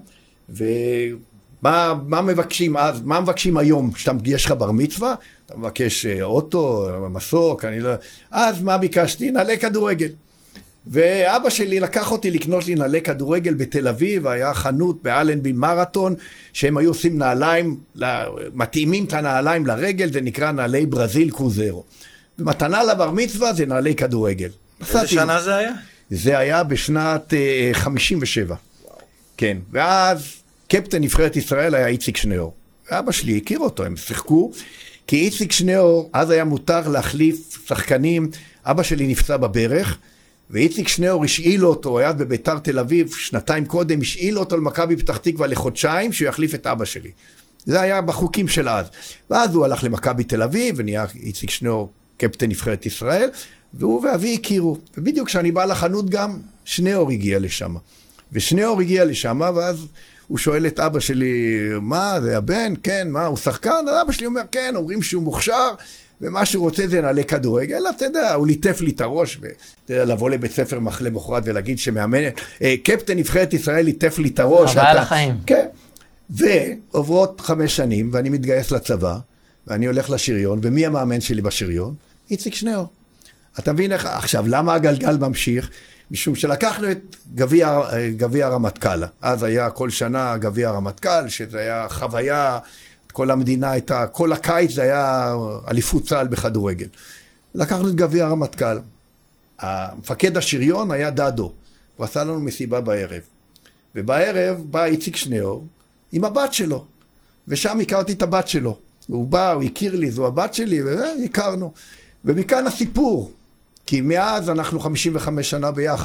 ומה מה מבקשים אז, מה מבקשים היום, יש לך בר מצווה, אתה מבקש אוטו, מסוק, אני לא... אז מה ביקשתי? נעלי כדורגל. ואבא שלי לקח אותי לקנות לי נעלי כדורגל בתל אביב, היה חנות באלנבי מרתון, שהם היו עושים נעליים, מתאימים את הנעליים לרגל, זה נקרא נעלי ברזיל קרוזרו. ומתנה לבר מצווה זה נעלי כדורגל. איזה שנה זה היה? זה היה בשנת חמישים ושבע. כן, ואז קפטן נבחרת ישראל היה איציק שניאור. אבא שלי הכיר אותו, הם שיחקו, כי איציק שניאור, אז היה מותר להחליף שחקנים, אבא שלי נפצע בברך, ואיציק שניאור השאיל אותו, היה בביתר תל אביב, שנתיים קודם, השאיל אותו למכבי פתח תקווה לחודשיים, שהוא יחליף את אבא שלי. זה היה בחוקים של אז. ואז הוא הלך למכבי תל אביב, ונהיה איציק שניאור קפטן נבחרת ישראל, והוא ואבי הכירו. ובדיוק כשאני בא לחנות גם, שניאור הגיע לשם. ושניאור הגיע לשם, ואז הוא שואל את אבא שלי, מה, זה הבן? כן, מה, הוא שחקן? אז אבא שלי אומר, כן, אומרים שהוא מוכשר, ומה שהוא רוצה זה נעלי כדורגל, אתה יודע, הוא ליטף לי את הראש, ואתה יודע, לבוא לבית ספר מחלה מוחרת ולהגיד שמאמנת, אה, קפטן נבחרת ישראל ליטף לי את הראש. חוויה לחיים. כן. ועוברות חמש שנים, ואני מתגייס לצבא, ואני הולך לשריון, ומי המאמן שלי בשריון? איציק שניאור. אתה מבין איך, עכשיו, למה הגלגל ממשיך? משום שלקחנו את גביע, גביע הרמטכ"ל. אז היה כל שנה גביע הרמטכ"ל, שזה היה חוויה, כל המדינה הייתה, כל הקיץ זה היה אליפות צה"ל בכדורגל. לקחנו את גביע הרמטכ"ל. המפקד השריון היה דדו, הוא עשה לנו מסיבה בערב. ובערב בא איציק שניאור עם הבת שלו, ושם הכרתי את הבת שלו. הוא בא, הוא הכיר לי, זו הבת שלי, והכרנו. ומכאן הסיפור. כי מאז אנחנו חמישים וחמש שנה ביחד.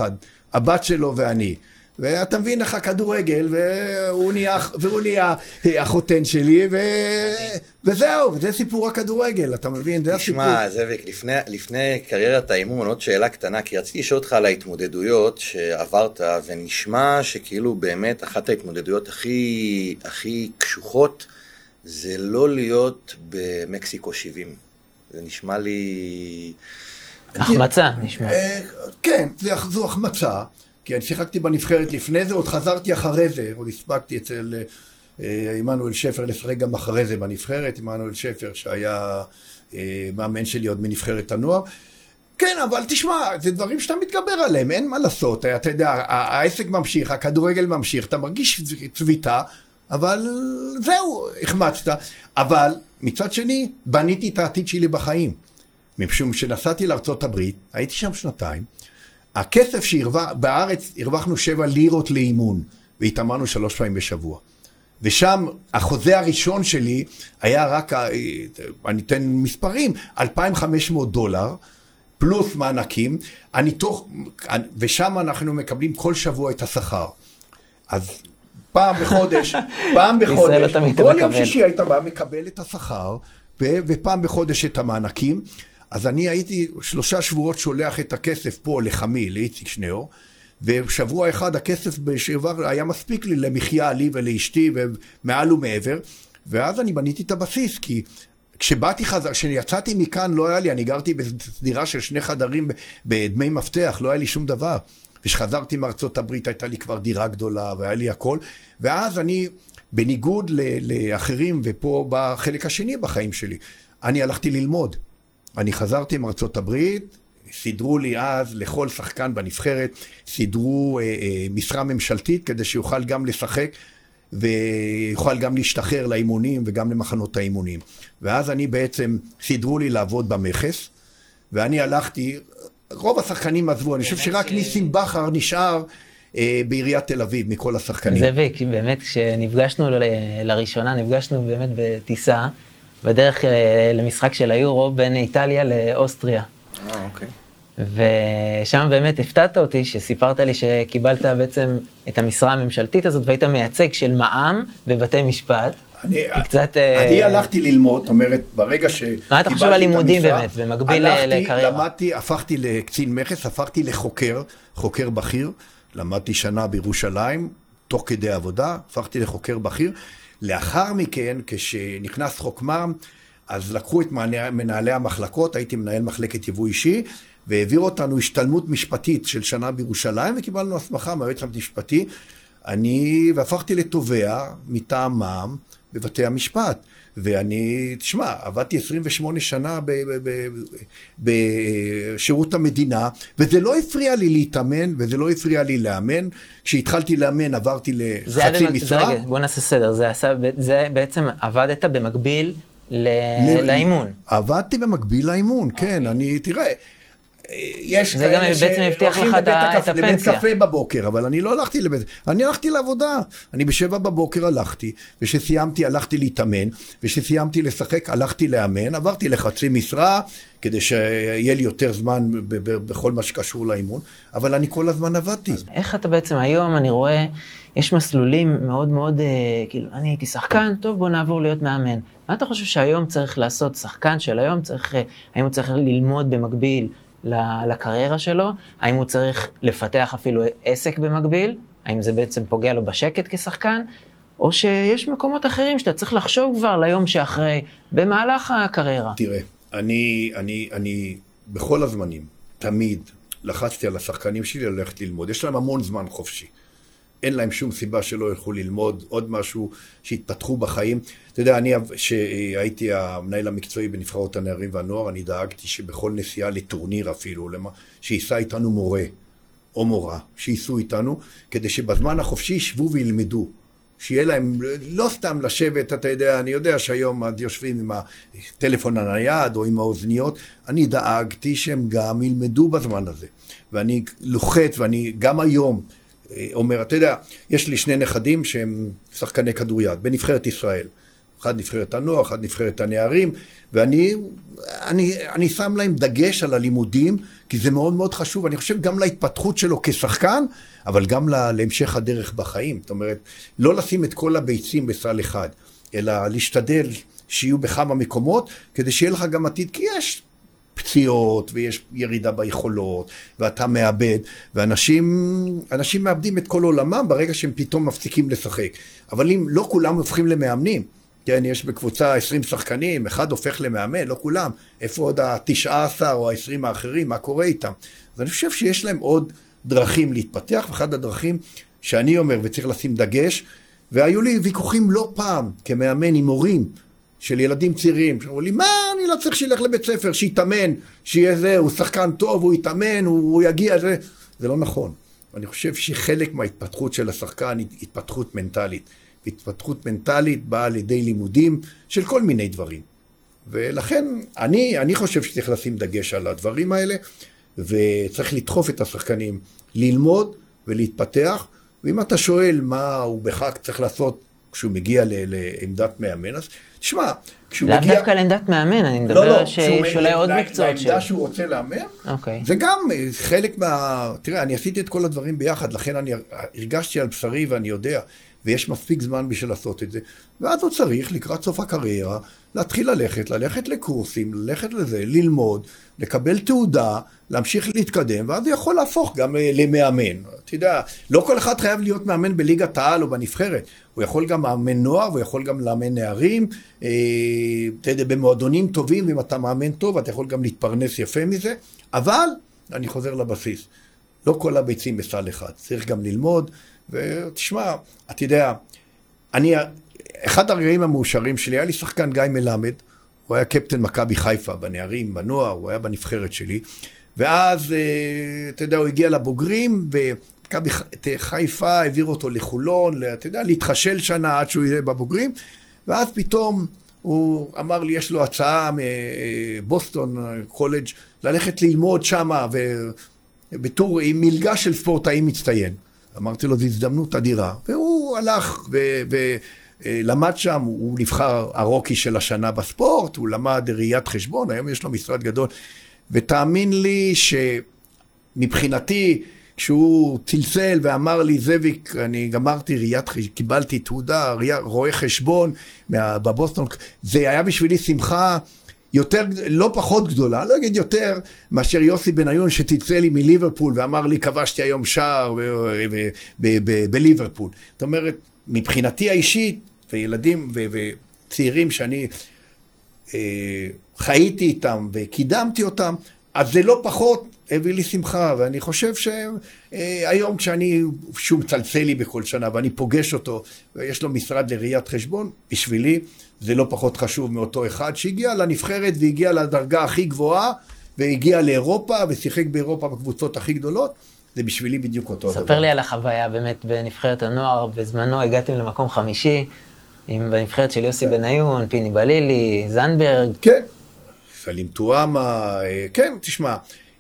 הבת שלו ואני. ואתה מבין לך כדורגל, והוא נהיה, והוא נהיה החותן שלי, ו... וזהו, וזה סיפור הכדורגל, אתה מבין? זה הסיפור. תשמע, זאביק, לפני, לפני קריירת האימון, עוד שאלה קטנה, כי רציתי לשאול אותך על ההתמודדויות שעברת, ונשמע שכאילו באמת אחת ההתמודדויות הכי, הכי קשוחות, זה לא להיות במקסיקו שבעים. זה נשמע לי... החמצה, נשמע. כן, זו החמצה. כי אני שיחקתי בנבחרת לפני זה, עוד חזרתי אחרי זה, עוד הספקתי אצל עמנואל שפר לשחק גם אחרי זה בנבחרת, עמנואל שפר שהיה מאמן שלי עוד מנבחרת הנוער. כן, אבל תשמע, זה דברים שאתה מתגבר עליהם, אין מה לעשות, אתה יודע, העסק ממשיך, הכדורגל ממשיך, אתה מרגיש צביטה, אבל זהו, החמצת. אבל מצד שני, בניתי את העתיד שלי בחיים. משום שנסעתי לארצות הברית, הייתי שם שנתיים, הכסף שהרווח, בארץ הרווחנו שבע לירות לאימון, והתאמנו שלוש פעמים בשבוע. ושם החוזה הראשון שלי היה רק, אני אתן מספרים, אלפיים וחמש מאות דולר, פלוס מענקים, אני תוך, ושם אנחנו מקבלים כל שבוע את השכר. אז פעם בחודש, פעם בחודש, כל יום שישי היית בא מקבל את השכר, ופעם בחודש את המענקים, אז אני הייתי שלושה שבועות שולח את הכסף פה לחמי, לאיציק שניאור, ושבוע אחד הכסף בשעבר היה מספיק לי למחיה לי ולאשתי ומעל ומעבר, ואז אני בניתי את הבסיס, כי כשבאתי חזר, כשיצאתי מכאן לא היה לי, אני גרתי בדירה של שני חדרים בדמי מפתח, לא היה לי שום דבר, וכשחזרתי מארצות הברית הייתה לי כבר דירה גדולה והיה לי הכל, ואז אני בניגוד לאחרים, ופה בחלק השני בחיים שלי, אני הלכתי ללמוד. אני חזרתי מארצות הברית, סידרו לי אז לכל שחקן בנבחרת, סידרו אה, אה, משרה ממשלתית כדי שיוכל גם לשחק ויוכל גם להשתחרר לאימונים וגם למחנות האימונים. ואז אני בעצם, סידרו לי לעבוד במכס, ואני הלכתי, רוב השחקנים עזבו, אני חושב שרק ש... ניסים בחר נשאר אה, בעיריית תל אביב מכל השחקנים. זאביק, באמת כשנפגשנו ל... לראשונה, נפגשנו באמת בטיסה, בדרך למשחק של היורו בין איטליה לאוסטריה. אה, אוקיי. ושם באמת הפתעת אותי שסיפרת לי שקיבלת בעצם את המשרה הממשלתית הזאת והיית מייצג של מע"מ בבתי משפט. אני, קצת, אני הלכתי ללמוד, זאת אומרת, ברגע שקיבלתי את המשרה, מה אתה חושב על לימודים באמת, במקביל לקריירה? הלכתי, למדתי, הפכתי לקצין מכס, הפכתי לחוקר, חוקר בכיר, למדתי שנה בירושלים, תוך כדי עבודה, הפכתי לחוקר בכיר, לאחר מכן, כשנכנס חוק מע"מ, אז לקחו את מנהלי המחלקות, הייתי מנהל מחלקת יבוא אישי, והעביר אותנו השתלמות משפטית של שנה בירושלים, וקיבלנו הסמכה מהיועץ המשפטי, אני, והפכתי לתובע מטעם מע"מ בבתי המשפט. ואני, תשמע, עבדתי עשרים ושמונה שנה בשירות המדינה, וזה לא הפריע לי להתאמן, וזה לא הפריע לי לאמן. כשהתחלתי לאמן, עברתי לחצי משרה. בוא נעשה סדר, זה, זה בעצם עבדת במקביל לאימון. עבדתי במקביל לאימון, כן, אני, תראה, יש זה גם בעצם הבטיח לך את הפנסיה. לבית קפה בבוקר, אבל אני לא הלכתי לבית, אני הלכתי לעבודה. אני בשבע בבוקר הלכתי, ושסיימתי הלכתי להתאמן, ושסיימתי לשחק הלכתי לאמן, עברתי לחצי משרה, כדי שיהיה לי יותר זמן בכל מה שקשור לאימון, אבל אני כל הזמן עבדתי. איך אתה בעצם היום, אני רואה, יש מסלולים מאוד מאוד, כאילו, אני הייתי שחקן, טוב בוא נעבור להיות מאמן. מה אתה חושב שהיום צריך לעשות, שחקן של היום צריך, האם הוא צריך ללמוד במקביל לקריירה שלו, האם הוא צריך לפתח אפילו עסק במקביל, האם זה בעצם פוגע לו בשקט כשחקן, או שיש מקומות אחרים שאתה צריך לחשוב כבר ליום שאחרי, במהלך הקריירה. תראה, אני, אני, אני בכל הזמנים, תמיד לחצתי על השחקנים שלי ללכת ללמוד, יש להם המון זמן חופשי. אין להם שום סיבה שלא ילכו ללמוד עוד משהו שהתפתחו בחיים. אתה יודע, אני שהייתי המנהל המקצועי בנבחרות הנערים והנוער, אני דאגתי שבכל נסיעה לטורניר אפילו, שיסע איתנו מורה או מורה, שיסעו איתנו, כדי שבזמן החופשי ישבו וילמדו. שיהיה להם, לא סתם לשבת, אתה יודע, אני יודע שהיום יושבים עם הטלפון הנייד או עם האוזניות, אני דאגתי שהם גם ילמדו בזמן הזה. ואני לוחץ, ואני גם היום, אומר, אתה יודע, יש לי שני נכדים שהם שחקני כדוריד, בנבחרת ישראל. אחד נבחרת הנוער, אחד נבחרת הנערים, ואני אני, אני שם להם דגש על הלימודים, כי זה מאוד מאוד חשוב, אני חושב גם להתפתחות שלו כשחקן, אבל גם לה, להמשך הדרך בחיים. זאת אומרת, לא לשים את כל הביצים בסל אחד, אלא להשתדל שיהיו בכמה מקומות, כדי שיהיה לך גם עתיד, כי יש פציעות, ויש ירידה ביכולות, ואתה מאבד, ואנשים אנשים מאבדים את כל עולמם ברגע שהם פתאום מפסיקים לשחק. אבל אם לא כולם הופכים למאמנים, כן, יש בקבוצה עשרים שחקנים, אחד הופך למאמן, לא כולם, איפה עוד ה-תשע עשרה או ה-עשרים האחרים, מה קורה איתם? אז אני חושב שיש להם עוד דרכים להתפתח, ואחד הדרכים שאני אומר, וצריך לשים דגש, והיו לי ויכוחים לא פעם, כמאמן עם הורים, של ילדים צעירים, שאומרו לי, מה, אני לא צריך שילך לבית ספר, שיתאמן, שיהיה זה, הוא שחקן טוב, הוא יתאמן, הוא, הוא יגיע, זה, זה לא נכון. אני חושב שחלק מההתפתחות של השחקן היא התפתחות מנטלית. התפתחות מנטלית באה על ידי לימודים של כל מיני דברים. ולכן אני, אני חושב שצריך לשים דגש על הדברים האלה, וצריך לדחוף את השחקנים ללמוד ולהתפתח, ואם אתה שואל מה הוא בכך צריך לעשות כשהוא מגיע לעמדת מאמן, אז תשמע, כשהוא לאו מגיע... דווקא לעמדת מאמן, אני מדבר לא, לא, שאולי עוד מקצועות של... לעמדה שהוא רוצה לאמן, אוקיי. זה גם חלק מה... תראה, אני עשיתי את כל הדברים ביחד, לכן אני הרגשתי על בשרי ואני יודע, ויש מספיק זמן בשביל לעשות את זה, ואז הוא צריך לקראת סוף הקריירה, להתחיל ללכת, ללכת לקורסים, ללכת לזה, ללמוד, לקבל תעודה, להמשיך להתקדם, ואז הוא יכול להפוך גם למאמן. אתה יודע, לא כל אחד חייב להיות מאמן בליגת העל או בנבחרת, הוא יכול גם מאמן נוער, הוא יכול גם לאמן נערים, אה, אתה יודע, במועדונים טובים, אם אתה מאמן טוב, אתה יכול גם להתפרנס יפה מזה, אבל אני חוזר לבסיס, לא כל הביצים בסל אחד, צריך גם ללמוד, ותשמע, אתה יודע, אני, אחד הרגעים המאושרים שלי, היה לי שחקן גיא מלמד, הוא היה קפטן מכבי חיפה בנערים, בנוער, הוא היה בנבחרת שלי, ואז, אתה יודע, הוא הגיע לבוגרים, ומכבי חיפה העביר אותו לחולון, אתה יודע, להתחשל שנה עד שהוא יהיה בבוגרים, ואז פתאום הוא אמר לי, יש לו הצעה מבוסטון קולג' ללכת ללמוד שמה, ובטור עם מלגה של ספורטאי מצטיין. אמרתי לו, זו הזדמנות אדירה, והוא הלך ולמד שם, הוא נבחר הרוקי של השנה בספורט, הוא למד ראיית חשבון, היום יש לו משרד גדול, ותאמין לי שמבחינתי, כשהוא צלצל ואמר לי, זאביק, אני גמרתי ראיית חשבון, קיבלתי תעודה, רואה חשבון בבוסטון, זה היה בשבילי שמחה, יותר, לא פחות גדולה, לא אגיד יותר, מאשר יוסי בניון שתצא לי מליברפול ואמר לי, כבשתי היום שער בליברפול. זאת אומרת, מבחינתי האישית, וילדים וצעירים שאני חייתי איתם וקידמתי אותם, אז זה לא פחות הביא לי שמחה, ואני חושב שהיום כשאני, שהוא מצלצל לי בכל שנה, ואני פוגש אותו, ויש לו משרד לראיית חשבון, בשבילי זה לא פחות חשוב מאותו אחד שהגיע לנבחרת, והגיע לדרגה הכי גבוהה, והגיע לאירופה, ושיחק באירופה בקבוצות הכי גדולות, זה בשבילי בדיוק אותו דבר. ספר לי על החוויה באמת בנבחרת הנוער, בזמנו הגעתם למקום חמישי, עם בנבחרת של יוסי בניון, פיני בלילי, זנברג. כן, סלים טועמה, כן, תשמע,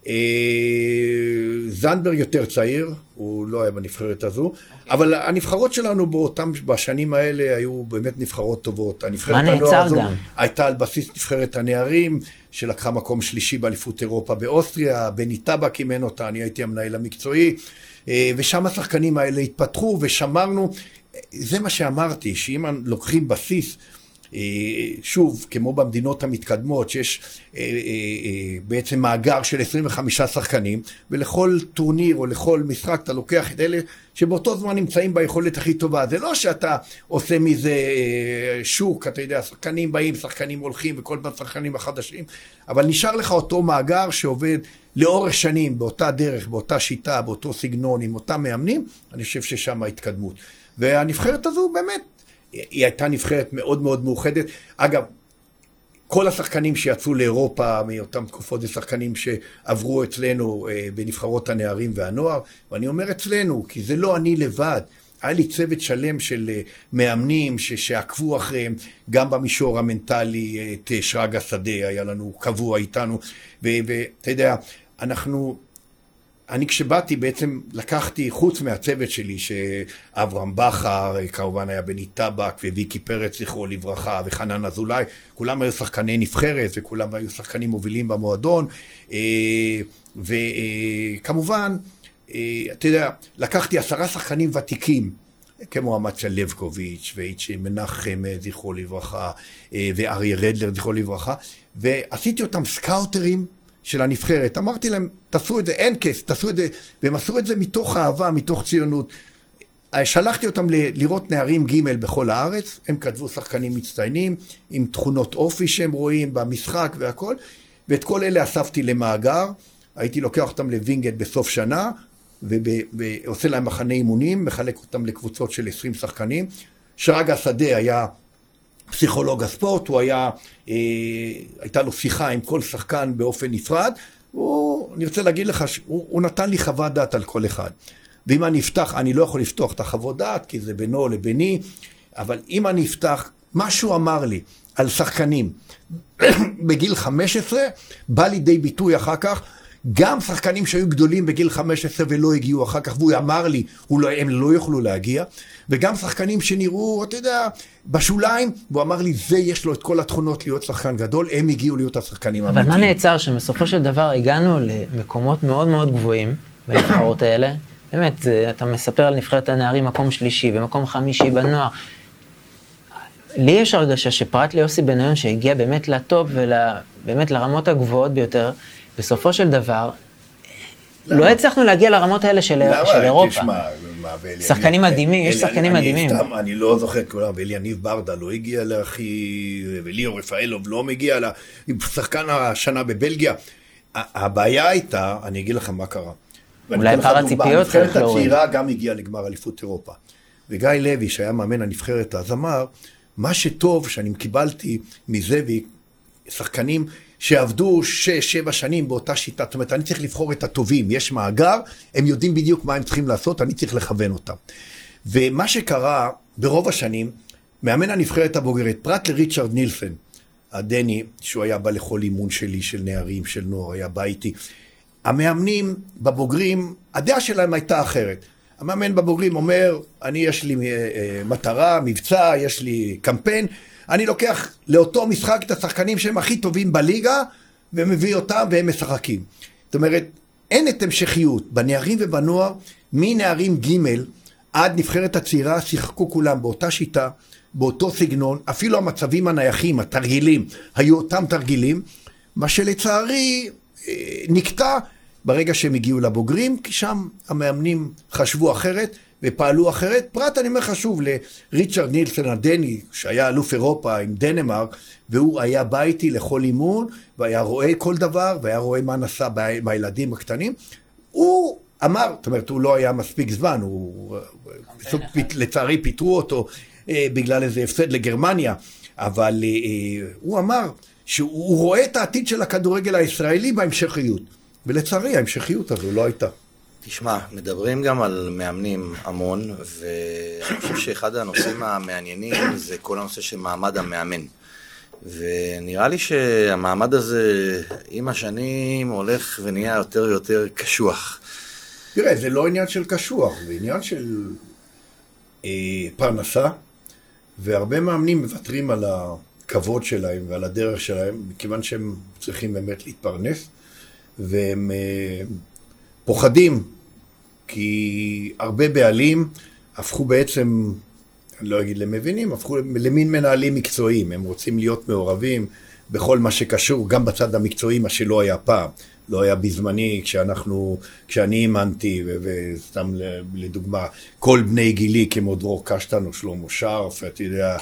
זנברג יותר צעיר, הוא לא היה בנבחרת הזו, אבל הנבחרות שלנו באותם, בשנים האלה היו באמת נבחרות טובות. מה נעצר גם? הייתה על בסיס נבחרת הנערים, שלקחה מקום שלישי באליפות אירופה באוסטריה, בני טבק אימן אותה, אני הייתי המנהל המקצועי, ושם השחקנים האלה התפתחו ושמרנו, זה מה שאמרתי, שאם לוקחים בסיס, שוב, כמו במדינות המתקדמות, שיש בעצם מאגר של עשרים וחמישה שחקנים, ולכל טורניר או לכל משחק אתה לוקח את אלה שבאותו זמן נמצאים ביכולת הכי טובה. זה לא שאתה עושה מזה שוק, אתה יודע, שחקנים באים, שחקנים הולכים, וכל פעם שחקנים החדשים, אבל נשאר לך אותו מאגר שעובד לאורך שנים, באותה דרך, באותה שיטה, באותו סגנון, עם אותם מאמנים, אני חושב ששם ההתקדמות. והנבחרת הזו באמת, היא הייתה נבחרת מאוד מאוד מאוחדת. אגב, כל השחקנים שיצאו לאירופה מאותם תקופות, זה שחקנים שעברו אצלנו בנבחרות הנערים והנוער, ואני אומר אצלנו, כי זה לא אני לבד. היה לי צוות שלם של מאמנים שעקבו אחריהם, גם במישור המנטלי, את שרגא שדה היה לנו קבוע איתנו, ואתה יודע, אנחנו... אני כשבאתי בעצם לקחתי, חוץ מהצוות שלי, שאברהם בכר, כמובן היה בני טבק, וויקי פרץ, זכרו לברכה, וחנן אזולאי, כולם היו שחקני נבחרת, וכולם היו שחקנים מובילים במועדון, וכמובן, אתה יודע, לקחתי עשרה שחקנים ותיקים, כמו אמציה לבקוביץ' ואיצ'י מנחם, זכרו לברכה, ואריה רדלר, זכרו לברכה, ועשיתי אותם סקאוטרים של הנבחרת. אמרתי להם, תעשו את זה, אין כס, תעשו את זה, והם עשו את זה מתוך אהבה, מתוך ציונות. שלחתי אותם ל- לראות נערים ג' בכל הארץ, הם כתבו שחקנים מצטיינים, עם תכונות אופי שהם רואים במשחק והכל, ואת כל אלה אספתי למאגר, הייתי לוקח אותם לווינגייט בסוף שנה, ועושה להם מחנה אימונים, מחלק אותם לקבוצות של עשרים שחקנים. שרגא שדה היה פסיכולוג הספורט, הוא היה, אה, הייתה לו שיחה עם כל שחקן באופן נפרד, הוא, אני רוצה להגיד לך, הוא, הוא נתן לי חוות דעת על כל אחד. ואם אני אפתח, אני לא יכול לפתוח את החוות דעת, כי זה בינו לביני, אבל אם אני אפתח, מה שהוא אמר לי על שחקנים בגיל חמש עשרה, בא לידי ביטוי אחר כך, גם שחקנים שהיו גדולים בגיל חמש עשרה ולא הגיעו אחר כך, והוא אמר לי, לא, הם לא יוכלו להגיע, וגם שחקנים שנראו, אתה יודע, בשוליים, והוא אמר לי, זה יש לו את כל התכונות להיות שחקן גדול, הם הגיעו להיות השחקנים אבל אמיתיים. מה נעצר שבסופו של דבר הגענו למקומות מאוד מאוד גבוהים בנבחרות האלה? באמת, זה, אתה מספר על נבחרת הנערים מקום שלישי ומקום חמישי בנוער. לי יש הרגשה שפרט ליוסי בניון שהגיע באמת לטופ ובאמת לרמות הגבוהות ביותר, בסופו של דבר, לא הצלחנו להגיע לרמות האלה של אירופה. שחקנים מדהימים, יש שחקנים מדהימים. אני לא זוכר את כולם, ואלי יניב ברדה לא הגיע לאחי, וליאור רפאלוב לא מגיע, שחקן השנה בבלגיה. הבעיה הייתה, אני אגיד לכם מה קרה. אולי פער הציפיות צריך להוריד. הנבחרת הצעירה גם הגיעה לגמר אליפות אירופה. וגיא לוי, שהיה מאמן הנבחרת, אז אמר, מה שטוב שאני קיבלתי מזאביק, שחקנים שעבדו שש, שבע שנים באותה שיטה, זאת אומרת, אני צריך לבחור את הטובים, יש מאגר, הם יודעים בדיוק מה הם צריכים לעשות, אני צריך לכוון אותם. ומה שקרה ברוב השנים, מאמן הנבחרת הבוגרת, פרט לריצ'רד נילסן, הדני, שהוא היה בא לכל אימון שלי, של נערים, של נוער, היה בא איתי, המאמנים בבוגרים, הדעה שלהם הייתה אחרת. המאמן בבוגרים אומר, אני יש לי מטרה, מבצע, יש לי קמפיין, אני לוקח לאותו משחק את השחקנים שהם הכי טובים בליגה, ומביא אותם והם משחקים. זאת אומרת, אין את המשכיות. בנערים ובנוער, מנערים ג' עד נבחרת הצעירה, שיחקו כולם באותה שיטה, באותו סגנון, אפילו המצבים הנייחים, התרגילים, היו אותם תרגילים, מה שלצערי נקטע ברגע שהם הגיעו לבוגרים, כי שם המאמנים חשבו אחרת, ופעלו אחרת. פרט אני אומר חשוב לריצ'רד נילסן הדני, שהיה אלוף אירופה עם דנמרק, והוא היה בא איתי לכל אימון, והיה רואה כל דבר, והיה רואה מה נסע בילדים הקטנים. הוא אמר, זאת אומרת, הוא לא היה מספיק זמן, הוא, לצערי פיתרו אותו בגלל איזה הפסד לגרמניה, אבל הוא אמר שהוא רואה את העתיד של הכדורגל הישראלי בהמשכיות, ולצערי ההמשכיות הזו לא הייתה. תשמע, מדברים גם על מאמנים המון, ואני חושב שאחד הנושאים המעניינים זה כל הנושא של מעמד המאמן. ונראה לי שהמעמד הזה עם השנים הולך ונהיה יותר ויותר קשוח. תראה, זה לא עניין של קשוח, זה עניין של אה, פרנסה, והרבה מאמנים מוותרים על הכבוד שלהם ועל הדרך שלהם, מכיוון שהם צריכים באמת להתפרנס, והם אה, פוחדים, כי הרבה בעלים הפכו בעצם, אני לא אגיד למבינים, הפכו למין מנהלים מקצועיים, הם רוצים להיות מעורבים בכל מה שקשור, גם בצד המקצועי, מה שלא היה פעם, לא היה בזמני, כשאנחנו, כשאני אימנתי, וסתם לדוגמה, כל בני גילי כמו דרור קשטן או שלמה שרף, אתה יודע,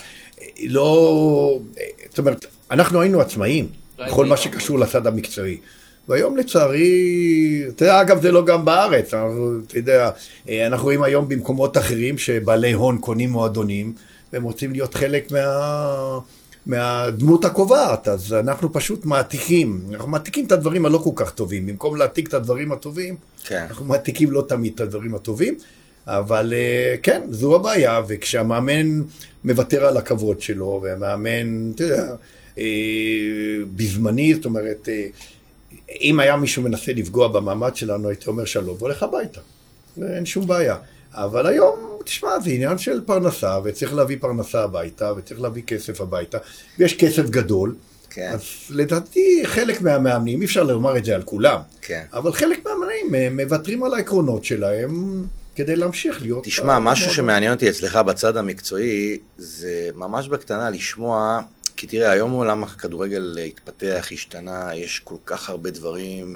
לא, זאת אומרת, אנחנו היינו עצמאים, בכל מה שקשור לצד המקצועי. והיום לצערי, אתה יודע, אגב זה לא גם בארץ, אנחנו, אתה יודע, אנחנו רואים היום במקומות אחרים שבעלי הון קונים מועדונים, והם רוצים להיות חלק מה, מהדמות הקובעת, אז אנחנו פשוט מעתיקים, אנחנו מעתיקים את הדברים הלא כל כך טובים, במקום להעתיק את הדברים הטובים, כן. אנחנו מעתיקים לא תמיד את הדברים הטובים, אבל כן, זו הבעיה, וכשהמאמן מוותר על הכבוד שלו, והמאמן, אתה יודע, בזמני, זאת אומרת, אם היה מישהו מנסה לפגוע במעמד שלנו, הייתי אומר שלום, והולך הביתה. אין שום בעיה. אבל היום, תשמע, זה עניין של פרנסה, וצריך להביא פרנסה הביתה, וצריך להביא כסף הביתה, ויש כסף גדול. כן. אז לדעתי, חלק מהמאמנים, אי אפשר לומר את זה על כולם, כן. אבל חלק מהמאמנים מוותרים על העקרונות שלהם, כדי להמשיך להיות... תשמע, משהו שמעניין אותי אצלך בצד המקצועי, זה ממש בקטנה לשמוע, כי תראה, היום עולם הכדורגל התפתח, השתנה, יש כל כך הרבה דברים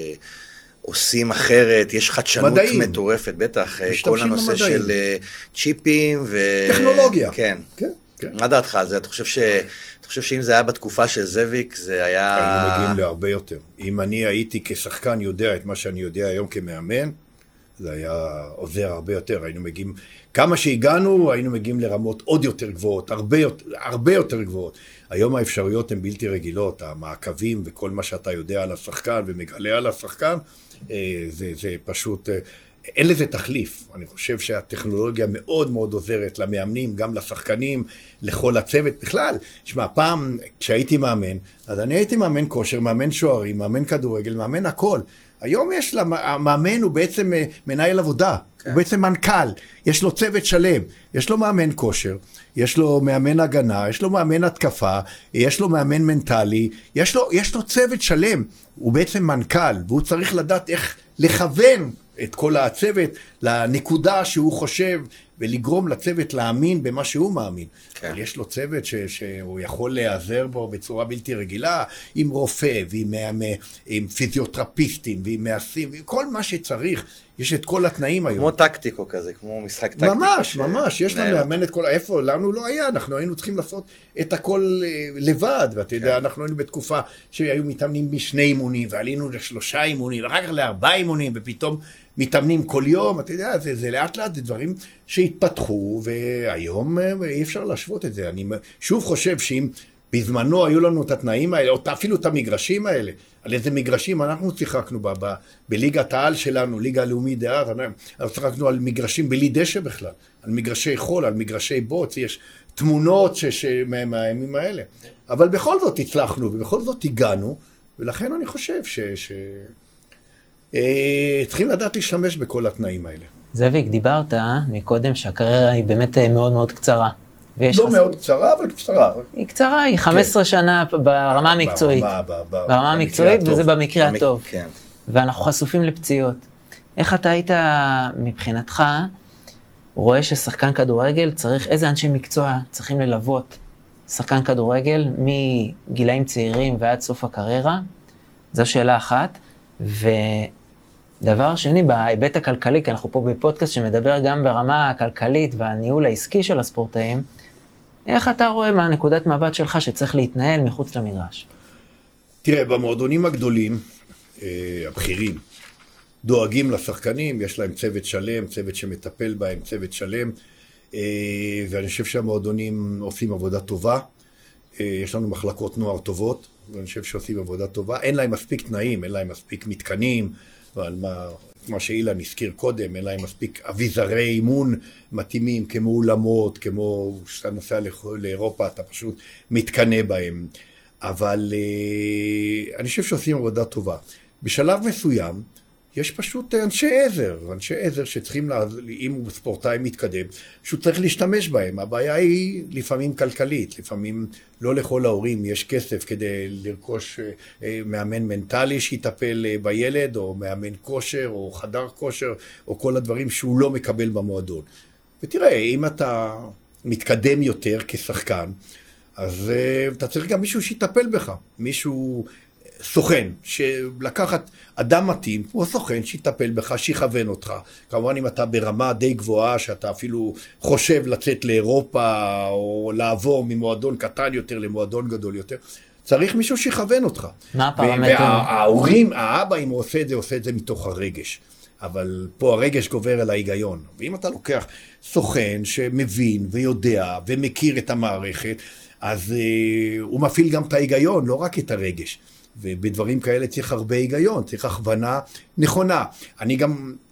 שעושים אחרת, יש חדשנות מדעים. מטורפת, בטח, כל הנושא במדעים. של צ'יפים ו... טכנולוגיה. כן. כן. כן. מה דעתך על זה? אתה חושב ש... אתה חושב שאם זה היה בתקופה של זאביק, זה היה... היינו מגיעים להרבה יותר. אם אני הייתי כשחקן יודע את מה שאני יודע היום כמאמן, זה היה עוזר הרבה יותר, היינו מגיעים, כמה שהגענו, היינו מגיעים לרמות עוד יותר גבוהות, הרבה יותר, הרבה יותר גבוהות. היום האפשרויות הן בלתי רגילות, המעקבים וכל מה שאתה יודע על השחקן ומגלה על השחקן, זה, זה פשוט, אין לזה תחליף. אני חושב שהטכנולוגיה מאוד מאוד עוזרת למאמנים, גם לשחקנים, לכל הצוות בכלל. שמע, פעם כשהייתי מאמן, אז אני הייתי מאמן כושר, מאמן שוערים, מאמן כדורגל, מאמן הכל. היום יש לה, המאמן הוא בעצם מנהל עבודה, כן. הוא בעצם מנכ"ל, יש לו צוות שלם, יש לו מאמן כושר, יש לו מאמן הגנה, יש לו מאמן התקפה, יש לו מאמן מנטלי, יש לו, יש לו צוות שלם, הוא בעצם מנכ"ל, והוא צריך לדעת איך לכוון את כל הצוות לנקודה שהוא חושב, ולגרום לצוות להאמין במה שהוא מאמין. כן. אבל יש לו צוות ש, שהוא יכול להיעזר בו בצורה בלתי רגילה, עם רופא ועם עם, עם פיזיותרפיסטים ועם מעשים, ועם כל מה שצריך. יש את כל התנאים היום. כמו טקטיקו כזה, כמו משחק טקטיקו. ממש, ש... ממש. יש לנו לאמן את כל... איפה? לנו לא היה. אנחנו היינו צריכים לעשות את הכל לבד. ואתה כן. יודע, אנחנו היינו בתקופה שהיו מתאמנים בשני אימונים, ועלינו לשלושה אימונים, ואחר כך לארבעה אימונים, ופתאום מתאמנים כל יום. אתה יודע, זה, זה לאט לאט, זה דברים שהתפתחו, והיום אי אפשר להשוות את זה. אני שוב חושב שאם בזמנו היו לנו את התנאים האלה, או אפילו את המגרשים האלה, על איזה מגרשים אנחנו שיחקנו ב- ב- בליגת העל שלנו, ליגה הלאומית דאז, אנחנו שיחקנו על מגרשים בלי דשא בכלל, על מגרשי חול, על מגרשי בוץ, יש תמונות ש- ש- מהימים האלה. אבל בכל זאת הצלחנו, ובכל זאת הגענו, ולכן אני חושב ש... ש- אה, צריכים לדעת להשתמש בכל התנאים האלה. זאביק, דיברת מקודם שהקריירה היא באמת מאוד מאוד קצרה. לא מאוד קצרה, אבל קצרה. היא קצרה, היא חמש עשרה שנה ברמה המקצועית. ברמה המקצועית, וזה במקרה הטוב. ואנחנו חשופים לפציעות. איך אתה היית מבחינתך, רואה ששחקן כדורגל צריך, איזה אנשי מקצוע צריכים ללוות שחקן כדורגל מגילאים צעירים ועד סוף הקריירה? זו שאלה אחת. ודבר שני, בהיבט הכלכלי, כי אנחנו פה בפודקאסט שמדבר גם ברמה הכלכלית והניהול העסקי של הספורטאים, איך אתה רואה מהנקודת מבט שלך שצריך להתנהל מחוץ למגרש? תראה, במועדונים הגדולים, הבכירים, דואגים לשחקנים, יש להם צוות שלם, צוות שמטפל בהם, צוות שלם, ואני חושב שהמועדונים עושים עבודה טובה, יש לנו מחלקות נוער טובות, ואני חושב שעושים עבודה טובה, אין להם מספיק תנאים, אין להם מספיק מתקנים, ועל מה... מה שאילן הזכיר קודם, אין להם מספיק אביזרי אימון מתאימים, כמו אולמות, כמו שאתה נוסע לאירופה, אתה פשוט מתקנה בהם. אבל אני חושב שעושים עבודה טובה. בשלב מסוים, יש פשוט אנשי עזר, אנשי עזר שצריכים, לה, אם הוא ספורטאי מתקדם, שהוא צריך להשתמש בהם. הבעיה היא לפעמים כלכלית, לפעמים לא לכל ההורים יש כסף כדי לרכוש מאמן מנטלי שיטפל בילד, או מאמן כושר, או חדר כושר, או כל הדברים שהוא לא מקבל במועדון. ותראה, אם אתה מתקדם יותר כשחקן, אז אתה צריך גם מישהו שיטפל בך, מישהו... סוכן, שלקחת אדם מתאים, כמו סוכן שיטפל בך, שיכוון אותך. כמובן אם אתה ברמה די גבוהה, שאתה אפילו חושב לצאת לאירופה, או לעבור ממועדון קטן יותר למועדון גדול יותר, צריך מישהו שיכוון אותך. מה הפרמטרים? וההורים, האבא, אם הוא עושה את זה, עושה את זה מתוך הרגש. אבל פה הרגש גובר על ההיגיון. ואם אתה לוקח סוכן שמבין ויודע ומכיר את המערכת, אז uh, הוא מפעיל גם את ההיגיון, לא רק את הרגש. ובדברים כאלה צריך הרבה היגיון, צריך הכוונה נכונה. אני גם,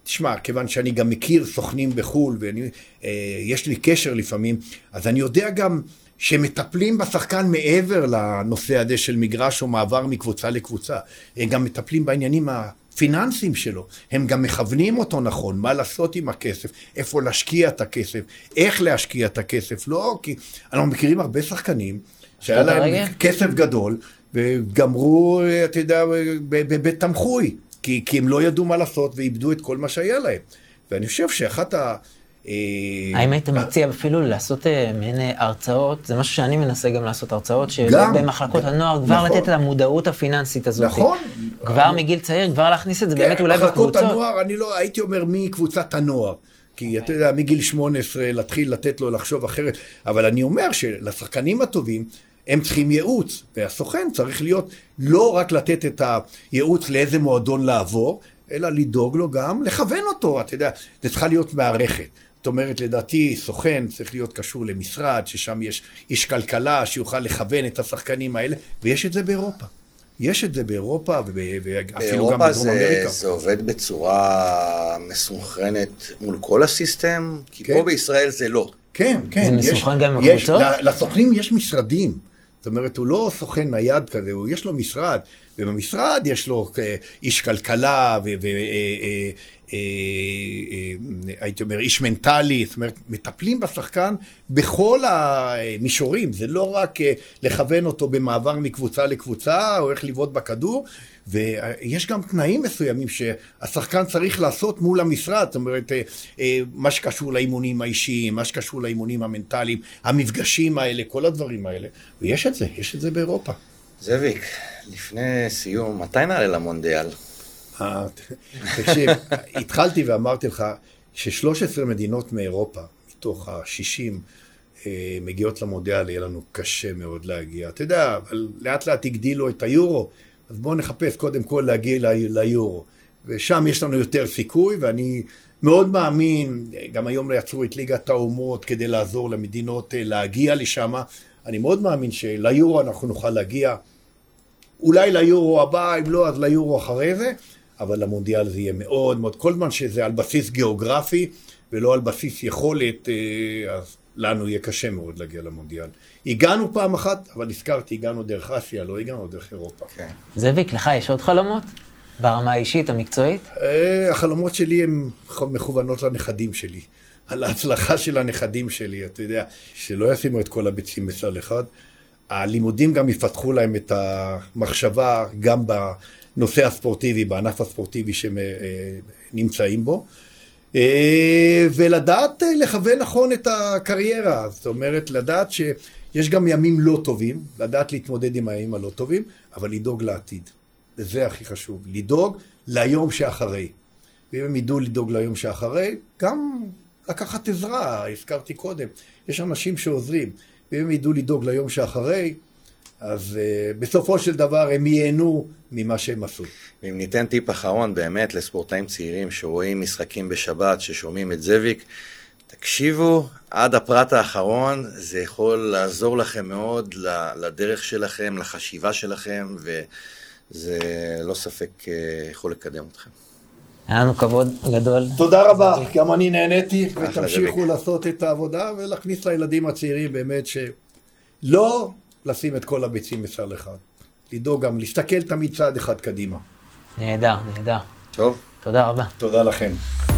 תשמע, כיוון שאני גם מכיר סוכנים בחול, ויש לי קשר לפעמים, אז אני יודע גם שמטפלים בשחקן מעבר לנושא הזה של מגרש או מעבר מקבוצה לקבוצה. הם גם מטפלים בעניינים הפיננסיים שלו. הם גם מכוונים אותו נכון, מה לעשות עם הכסף, איפה להשקיע את הכסף, איך להשקיע את הכסף. לא, כי אנחנו מכירים הרבה שחקנים שהיה להם כסף גדול, וגמרו, אתה יודע, בבית תמחוי. כי, כי הם לא ידעו מה לעשות ואיבדו את כל מה שהיה להם. ואני חושב שאחת ה... האם היית מציע אפילו לעשות מעין הרצאות? זה משהו שאני מנסה גם לעשות הרצאות, שבמחלקות הנוער כבר לתת את המודעות הפיננסית הזאת. נכון. כבר מגיל צעיר, כבר להכניס את זה באמת אולי בקבוצות. מחלקות הנוער, אני לא, הייתי אומר מקבוצת הנוער. כי אתה יודע, מגיל שמונה עשרה להתחיל לתת לו לחשוב אחרת. אבל אני אומר שלשחקנים הטובים, הם צריכים ייעוץ, והסוכן צריך להיות לא רק לתת את הייעוץ לאיזה מועדון לעבור, אלא לדאוג לו גם לכוון אותו, אתה יודע, זה צריכה להיות מערכת. זאת אומרת, לדעתי, סוכן צריך להיות קשור למשרד, ששם יש איש כלכלה שיוכל לכוון את השחקנים האלה, ויש את זה באירופה. יש את זה באירופה, ואפילו גם בדרום אמריקה. באירופה זה עובד בצורה מסונכרנת מול כל הסיסטם, כי פה בישראל זה לא. כן, כן. זה מסוכן גם בקבוצות? לסוכנים יש משרדים. זאת אומרת, הוא לא סוכן נייד כזה, הוא יש לו משרד, ובמשרד יש לו איש כלכלה, והייתי אומר, איש מנטלי, זאת אומרת, מטפלים בשחקן בכל המישורים, זה לא רק לכוון אותו במעבר מקבוצה לקבוצה, או איך לבעוט בכדור, ויש גם תנאים מסוימים שהשחקן צריך לעשות מול המשרד, זאת אומרת, מה שקשור לאימונים האישיים, מה שקשור לאימונים המנטליים, המפגשים האלה, כל הדברים האלה, ויש את זה, יש את זה באירופה. זאביק, לפני סיום, מתי נעלה למונדיאל? תקשיב, התחלתי ואמרתי לך ש-שלוש עשרה מדינות מאירופה, מתוך ה-שישים, מגיעות למונדיאל, יהיה לנו קשה מאוד להגיע. אתה יודע, אבל לאט לאט הגדילו את היורו, אז בואו נחפש קודם כל להגיע ליורו. ושם יש לנו יותר סיכוי, ואני מאוד מאמין, גם היום יצרו את ליגת האומות כדי לעזור למדינות להגיע לשם. אני מאוד מאמין שליורו אנחנו נוכל להגיע, אולי ליורו הבא, אם לא, אז ליורו אחרי זה, אבל למונדיאל זה יהיה מאוד מאוד, כל זמן שזה על בסיס גיאוגרפי, ולא על בסיס יכולת, אז לנו יהיה קשה מאוד להגיע למונדיאל. הגענו פעם אחת, אבל הזכרתי, הגענו דרך אסיה, לא הגענו דרך אירופה. Okay. זאביק, לך יש עוד חלומות? ברמה האישית, המקצועית? החלומות שלי הן מכוונות לנכדים שלי. על ההצלחה של הנכדים שלי, אתה יודע, שלא ישימו את כל הביצים בסל אחד. הלימודים גם יפתחו להם את המחשבה, גם בנושא הספורטיבי, בענף הספורטיבי שנמצאים בו. ולדעת לכוון נכון את הקריירה, זאת אומרת, לדעת שיש גם ימים לא טובים, לדעת להתמודד עם הימים הלא טובים, אבל לדאוג לעתיד. זה הכי חשוב, לדאוג ליום שאחרי. ואם הם ידעו לדאוג ליום שאחרי, גם לקחת עזרה, הזכרתי קודם. יש אנשים שעוזרים, ואם הם ידעו לדאוג ליום שאחרי, אז uh, בסופו של דבר הם ייהנו ממה שהם עשו. ואם ניתן טיפ אחרון באמת לספורטאים צעירים שרואים משחקים בשבת, ששומעים את זאביק, תקשיבו עד הפרט האחרון, זה יכול לעזור לכם מאוד לדרך שלכם, לחשיבה שלכם, וזה לא ספק יכול לקדם אתכם. היה לנו כבוד גדול. תודה רבה, גם אני נהניתי, ותמשיכו לעשות את העבודה ולהכניס לילדים הצעירים באמת שלא לשים את כל הביצים בסל אחד. לדאוג גם, להסתכל תמיד צעד אחד קדימה. נהדר, נהדר. טוב. תודה רבה. תודה לכם.